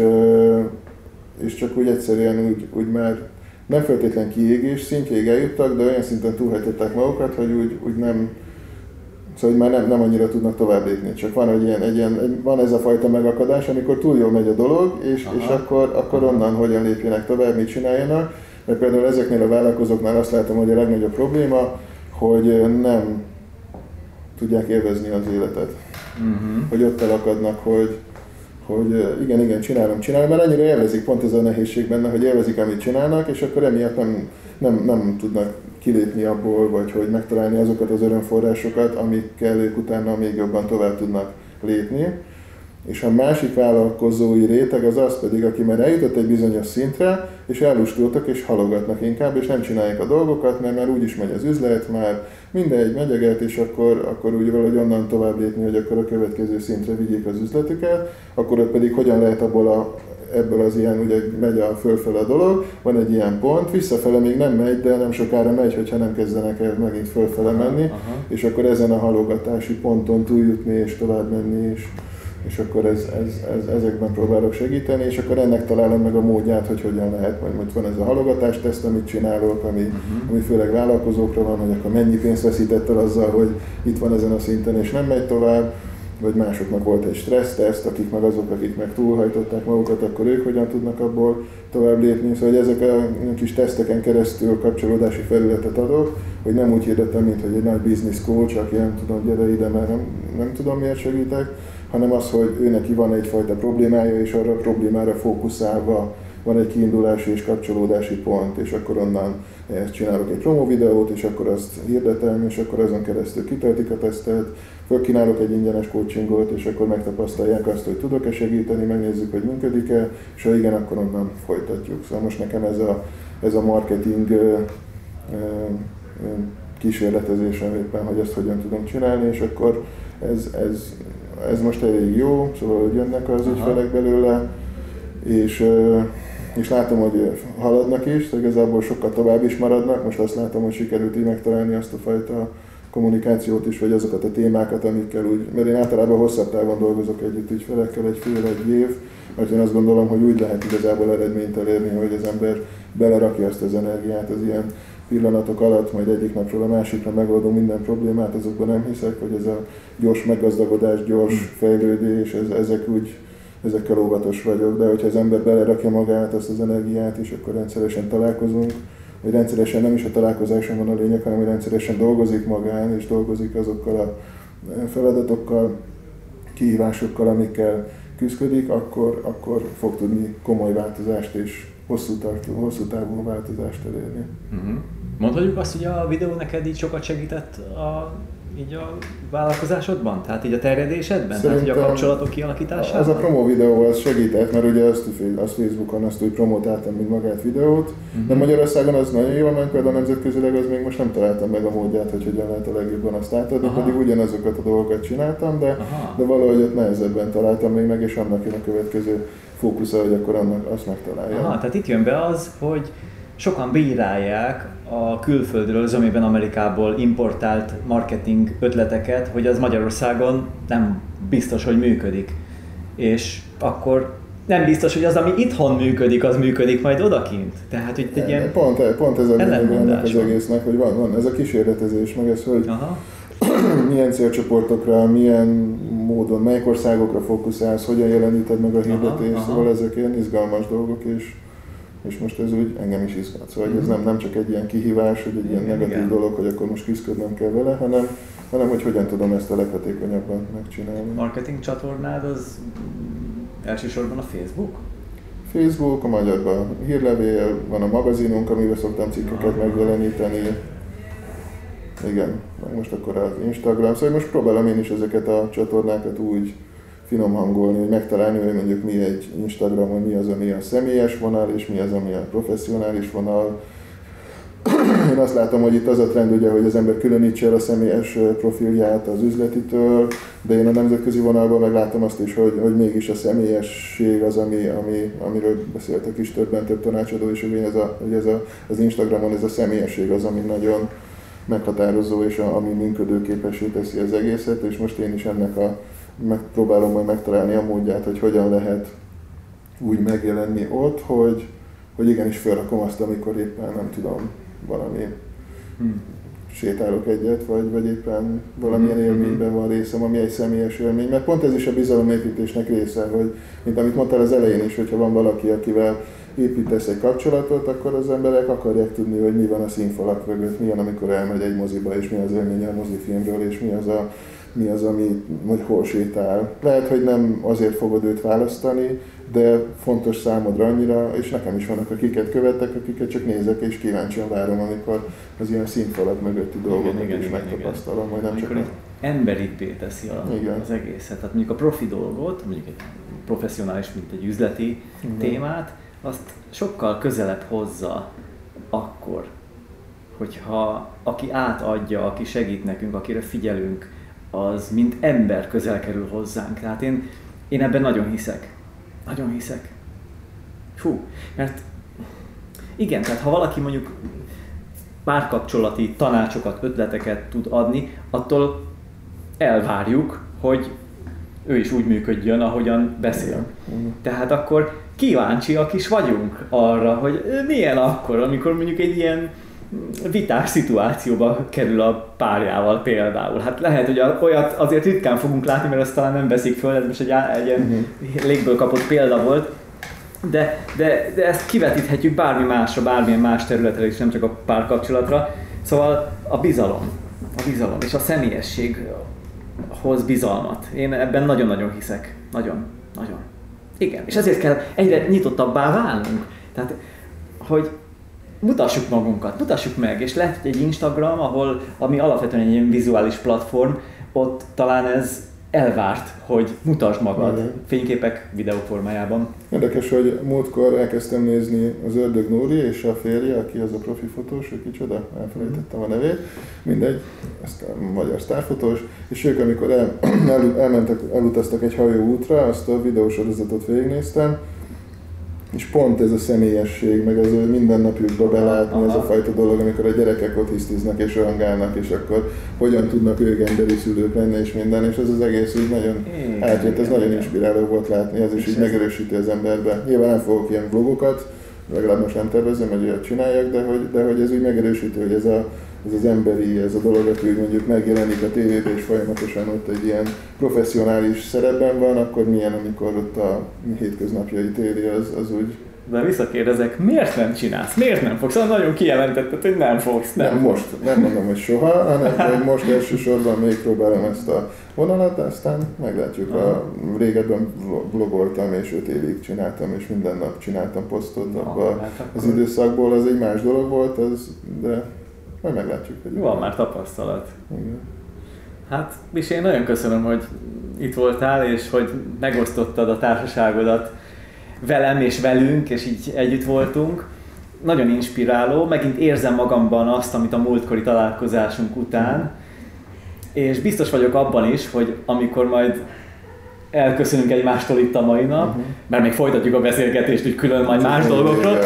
S2: és csak úgy egyszerűen úgy, úgy már nem feltétlen kiégés szintjéig eljuttak, de olyan szinten túlhajtották magukat, hogy úgy, úgy nem, szóval már nem, nem annyira tudnak tovább lépni. Csak van, egy ilyen, egy ilyen, van ez a fajta megakadás, amikor túl jól megy a dolog, és, és akkor, akkor onnan hogyan lépjenek tovább, mit csináljanak. Mert például ezeknél a vállalkozóknál azt látom, hogy a legnagyobb probléma, hogy nem tudják élvezni az életet. Uh-huh. Hogy ott elakadnak, hogy, hogy igen, igen, csinálom, csinálom, mert annyira élvezik, pont ez a nehézség benne, hogy élvezik, amit csinálnak, és akkor emiatt nem, nem, nem tudnak kilépni abból, vagy hogy megtalálni azokat az örömforrásokat, amikkel ők utána még jobban tovább tudnak lépni. És a másik vállalkozói réteg az az pedig, aki már eljutott egy bizonyos szintre, és elustultak és halogatnak inkább, és nem csinálják a dolgokat, mert már úgyis megy az üzlet, már mindegy megyeget, és akkor, akkor úgy valahogy onnan tovább lépni, hogy akkor a következő szintre vigyék az üzletüket, akkor ott pedig hogyan lehet abból a, ebből az ilyen, ugye megy a fölfele a dolog, van egy ilyen pont, visszafele még nem megy, de nem sokára megy, hogyha nem kezdenek el megint fölfele menni, aha, és akkor ezen a halogatási ponton túljutni és tovább menni is. És akkor ez, ez, ez, ezekben próbálok segíteni, és akkor ennek találom meg a módját, hogy hogyan lehet, majd, majd van ez a halogatásteszt, amit csinálok, ami, uh-huh. ami főleg vállalkozókra van, hogy akkor mennyi pénzt veszített el azzal, hogy itt van ezen a szinten és nem megy tovább, vagy másoknak volt egy stresszteszt, akik meg azok, akik meg túlhajtották magukat, akkor ők hogyan tudnak abból tovább lépni. Szóval hogy ezek a kis teszteken keresztül kapcsolódási felületet adok, hogy nem úgy hirdetem, mint hogy egy nagy business coach, aki nem tudom, gyere ide, mert nem, nem tudom miért segítek, hanem az, hogy ő neki van egyfajta problémája, és arra a problémára fókuszálva van egy kiindulási és kapcsolódási pont, és akkor onnan ezt csinálok egy promo videót, és akkor azt hirdetem, és akkor azon keresztül kitöltik a tesztet, fölkínálok egy ingyenes coachingot, és akkor megtapasztalják azt, hogy tudok-e segíteni, megnézzük, hogy működik-e, és ha igen, akkor onnan folytatjuk. Szóval most nekem ez a, ez a marketing ö, ö, kísérletezésem éppen, hogy ezt hogyan tudom csinálni, és akkor ez, ez Ez most elég jó, szóval hogy jönnek az ügyfelek belőle, és, és látom, hogy haladnak is, szóval igazából sokkal tovább is maradnak. Most azt látom, hogy sikerült így megtalálni azt a fajta kommunikációt is, vagy azokat a témákat, amikkel úgy, mert én általában hosszabb távon dolgozok együtt ügyfelekkel, egy fél, egy év, mert én azt gondolom, hogy úgy lehet igazából eredményt elérni, hogy az ember belerakja azt az energiát az ilyen pillanatok alatt, majd egyik napról a másikra megoldom minden problémát, azokban nem hiszek, hogy ez a gyors meggazdagodás, gyors fejlődés, ez, ezek úgy, ezekkel óvatos vagyok, de hogyha az ember belerakja magát, azt az energiát is, akkor rendszeresen találkozunk, vagy rendszeresen nem is a találkozáson van a lényeg, hanem hogy rendszeresen dolgozik magán, és dolgozik azokkal a feladatokkal, kihívásokkal, amikkel küzdik, akkor, akkor fog tudni komoly változást és hosszú, tartó, hosszú távú változást elérni.
S1: Uh-huh. Mondhatjuk azt, hogy a videó neked így sokat segített a, így a vállalkozásodban? Tehát így a terjedésedben? Szerintem tehát így a kapcsolatok kialakításában?
S2: Az a promo videó az segített, mert ugye azt, azt Facebookon azt úgy promotáltam, mint magát videót, uh-huh. de Magyarországon az nagyon jól ment, például nemzetközileg az még most nem találtam meg a módját, hogy hogyan lehet a legjobban azt átadni, pedig ugyanazokat a dolgokat csináltam, de, de valahogy ott nehezebben találtam még meg, és annak jön a következő fókusza, hogy akkor annak azt megtalálja.
S1: Aha, tehát itt jön be az, hogy sokan bírálják a külföldről, az amiben Amerikából importált marketing ötleteket, hogy az Magyarországon nem biztos, hogy működik. És akkor nem biztos, hogy az, ami itthon működik, az működik majd odakint. Tehát, hogy egy ilyen
S2: pont, pont ez a lényeg ennek az egésznek, hogy van, van ez a kísérletezés, meg ez, hogy aha. milyen célcsoportokra, milyen módon, melyik országokra fókuszálsz, hogyan jeleníted meg a hirdetést, szóval ezek ilyen izgalmas dolgok, és, és most ez úgy engem is izgat. Szóval mm-hmm. ez nem, nem csak egy ilyen kihívás, hogy egy ilyen igen, negatív igen. dolog, hogy akkor most küzdködnöm kell vele, hanem, hanem hogy hogyan tudom ezt a leghatékonyabban megcsinálni.
S1: Marketing csatornád az elsősorban a Facebook?
S2: Facebook, a magyarban a hírlevél, van a magazinunk, amiben szoktam cikkeket megjeleníteni. Igen, most akkor az Instagram, szóval most próbálom én is ezeket a csatornákat úgy finom hangolni, hogy megtalálni, hogy mondjuk mi egy Instagramon, mi az, ami a személyes vonal, és mi az, ami a professzionális vonal. Én azt látom, hogy itt az a trend, ugye, hogy az ember különítse el a személyes profilját az üzletitől, de én a nemzetközi vonalban meglátom azt is, hogy, hogy mégis a személyesség az, ami, ami, amiről beszéltek is többen, több tanácsadó is, hogy ez, a, hogy ez a, az Instagramon ez a személyesség az, ami nagyon meghatározó, és a, ami működőképessé teszi az egészet, és most én is ennek a, megpróbálom majd megtalálni a módját, hogy hogyan lehet úgy megjelenni ott, hogy, hogy igenis felrakom azt, amikor éppen nem tudom, valami hmm. sétálok egyet, vagy, vagy éppen valamilyen hmm. élményben van részem, ami egy személyes élmény. Mert pont ez is a bizalomépítésnek része, hogy mint amit mondtál az elején is, hogyha van valaki, akivel építesz egy kapcsolatot, akkor az emberek akarják tudni, hogy mi van a színfalak mögött, milyen, amikor elmegy egy moziba, és mi az élménye a mozifilmről, és mi az, a, mi az, ami, hogy hol sétál. Lehet, hogy nem azért fogod őt választani, de fontos számodra annyira, és nekem is vannak, akiket követek, akiket csak nézek, és kíváncsian várom, amikor az ilyen színfalak mögötti dolgokat igen, is igen, megtapasztalom, vagy nem
S1: amikor
S2: csak
S1: a... emberibbé teszi a, az egészet. Tehát mondjuk a profi dolgot, mondjuk egy professzionális, mint egy üzleti igen. témát, azt sokkal közelebb hozza akkor, hogyha aki átadja, aki segít nekünk, akire figyelünk, az mint ember közel kerül hozzánk. Tehát én, én ebben nagyon hiszek. Nagyon hiszek. Fú, mert igen, tehát ha valaki mondjuk párkapcsolati tanácsokat, ötleteket tud adni, attól elvárjuk, hogy ő is úgy működjön, ahogyan beszél. Tehát akkor kíváncsiak is vagyunk arra, hogy milyen akkor, amikor mondjuk egy ilyen vitás szituációba kerül a párjával például. Hát lehet, hogy olyat azért ritkán fogunk látni, mert azt talán nem veszik föl, ez most egy, egy ilyen uh-huh. légből kapott példa volt, de, de, de ezt kivetíthetjük bármi másra, bármilyen más területre is, nem csak a párkapcsolatra. Szóval a bizalom, a bizalom és a személyesség hoz bizalmat. Én ebben nagyon-nagyon hiszek. Nagyon, nagyon. Igen, és ezért kell egyre nyitottabbá válnunk. Tehát, hogy mutassuk magunkat, mutassuk meg, és lehet, hogy egy Instagram, ahol, ami alapvetően egy ilyen vizuális platform, ott talán ez elvárt, hogy mutasd magad mm. fényképek, videó formájában.
S2: Érdekes, hogy múltkor elkezdtem nézni az Ördög Nóri és a férje, aki az a profi fotós, ő kicsoda, elfelejtettem a nevét, mindegy, ezt a magyar sztárfotós, és ők amikor el, el, elmentek, elutaztak egy hajóútra, azt a videósorozatot végignéztem, és pont ez a személyesség, meg az ő mindennapjukba belátni, ez a fajta dolog, amikor a gyerekek ott hisztiznak és rohangálnak, és akkor hogyan tudnak ők emberi szülők lenni és minden, és ez az egész úgy nagyon átjött, ez nagyon inspiráló volt látni, ez is így megerősíti az emberbe. Nyilván nem fogok ilyen vlogokat, legalább most nem tervezem, hogy olyat csináljak, de hogy, de hogy ez úgy megerősíti, hogy ez, a, ez az emberi, ez a dolog, aki úgy mondjuk megjelenik a tévében és folyamatosan ott egy ilyen professzionális szerepben van, akkor milyen, amikor ott a hétköznapjait éli, az, az úgy...
S1: De visszakérdezek, miért nem csinálsz? Miért nem fogsz? Szóval nagyon kijelentetted, hogy nem fogsz. Nem,
S2: nem most, nem mondom, hogy soha, hanem hogy most elsősorban még próbálom ezt a vonalat, aztán meglátjuk. A, régebben blogoltam és öt évig csináltam, és minden nap csináltam posztot abban hát az akkor... időszakból, az egy más dolog volt, az, de majd meglátjuk. Hogy
S1: van már tapasztalat.
S2: Igen.
S1: Hát, és én nagyon köszönöm, hogy itt voltál, és hogy megosztottad a társaságodat velem és velünk, és így együtt voltunk. Nagyon inspiráló, megint érzem magamban azt, amit a múltkori találkozásunk után, és biztos vagyok abban is, hogy amikor majd elköszönünk egymástól itt a mai nap, uh-huh. mert még folytatjuk a beszélgetést, úgy külön majd más dolgokról,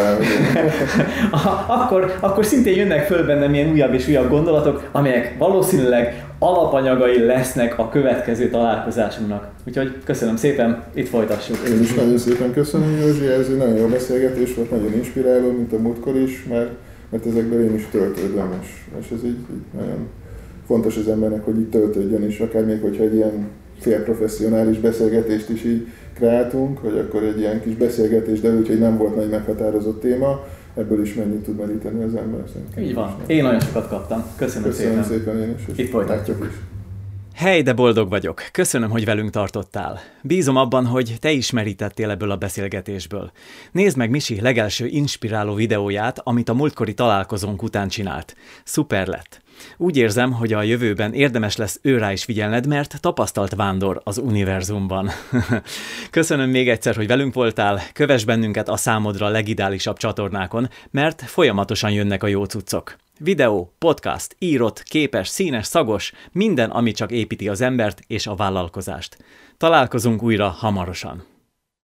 S1: akkor, akkor szintén jönnek föl bennem ilyen újabb és újabb gondolatok, amelyek valószínűleg alapanyagai lesznek a következő találkozásunknak. Úgyhogy köszönöm szépen, itt folytassuk.
S2: Én is nagyon szépen köszönöm, Józsi, ez egy nagyon jó beszélgetés volt, nagyon inspiráló, mint a múltkor is, mert, mert ezekből én is töltődöm, és, és ez így, így nagyon fontos az embernek, hogy így töltődjön is, akár még hogyha egy ilyen félprofesszionális beszélgetést is így kreáltunk, hogy akkor egy ilyen kis beszélgetés, de úgy, hogy nem volt nagy meghatározott téma, ebből is mennyit tud meríteni az ember.
S1: Így van. Én nagyon sokat kaptam. Köszönöm,
S2: Köszönöm
S1: szépen.
S2: szépen én is.
S1: Itt folytatjuk. Hely, de boldog vagyok. Köszönöm, hogy velünk tartottál. Bízom abban, hogy te is merítettél ebből a beszélgetésből. Nézd meg Misi legelső inspiráló videóját, amit a múltkori találkozónk után csinált. Szuper lett. Úgy érzem, hogy a jövőben érdemes lesz őrá is figyelned, mert tapasztalt vándor az univerzumban. Köszönöm még egyszer, hogy velünk voltál, kövess bennünket a számodra legideálisabb csatornákon, mert folyamatosan jönnek a jó cuccok. Videó, podcast, írott, képes, színes, szagos, minden, ami csak építi az embert és a vállalkozást. Találkozunk újra hamarosan.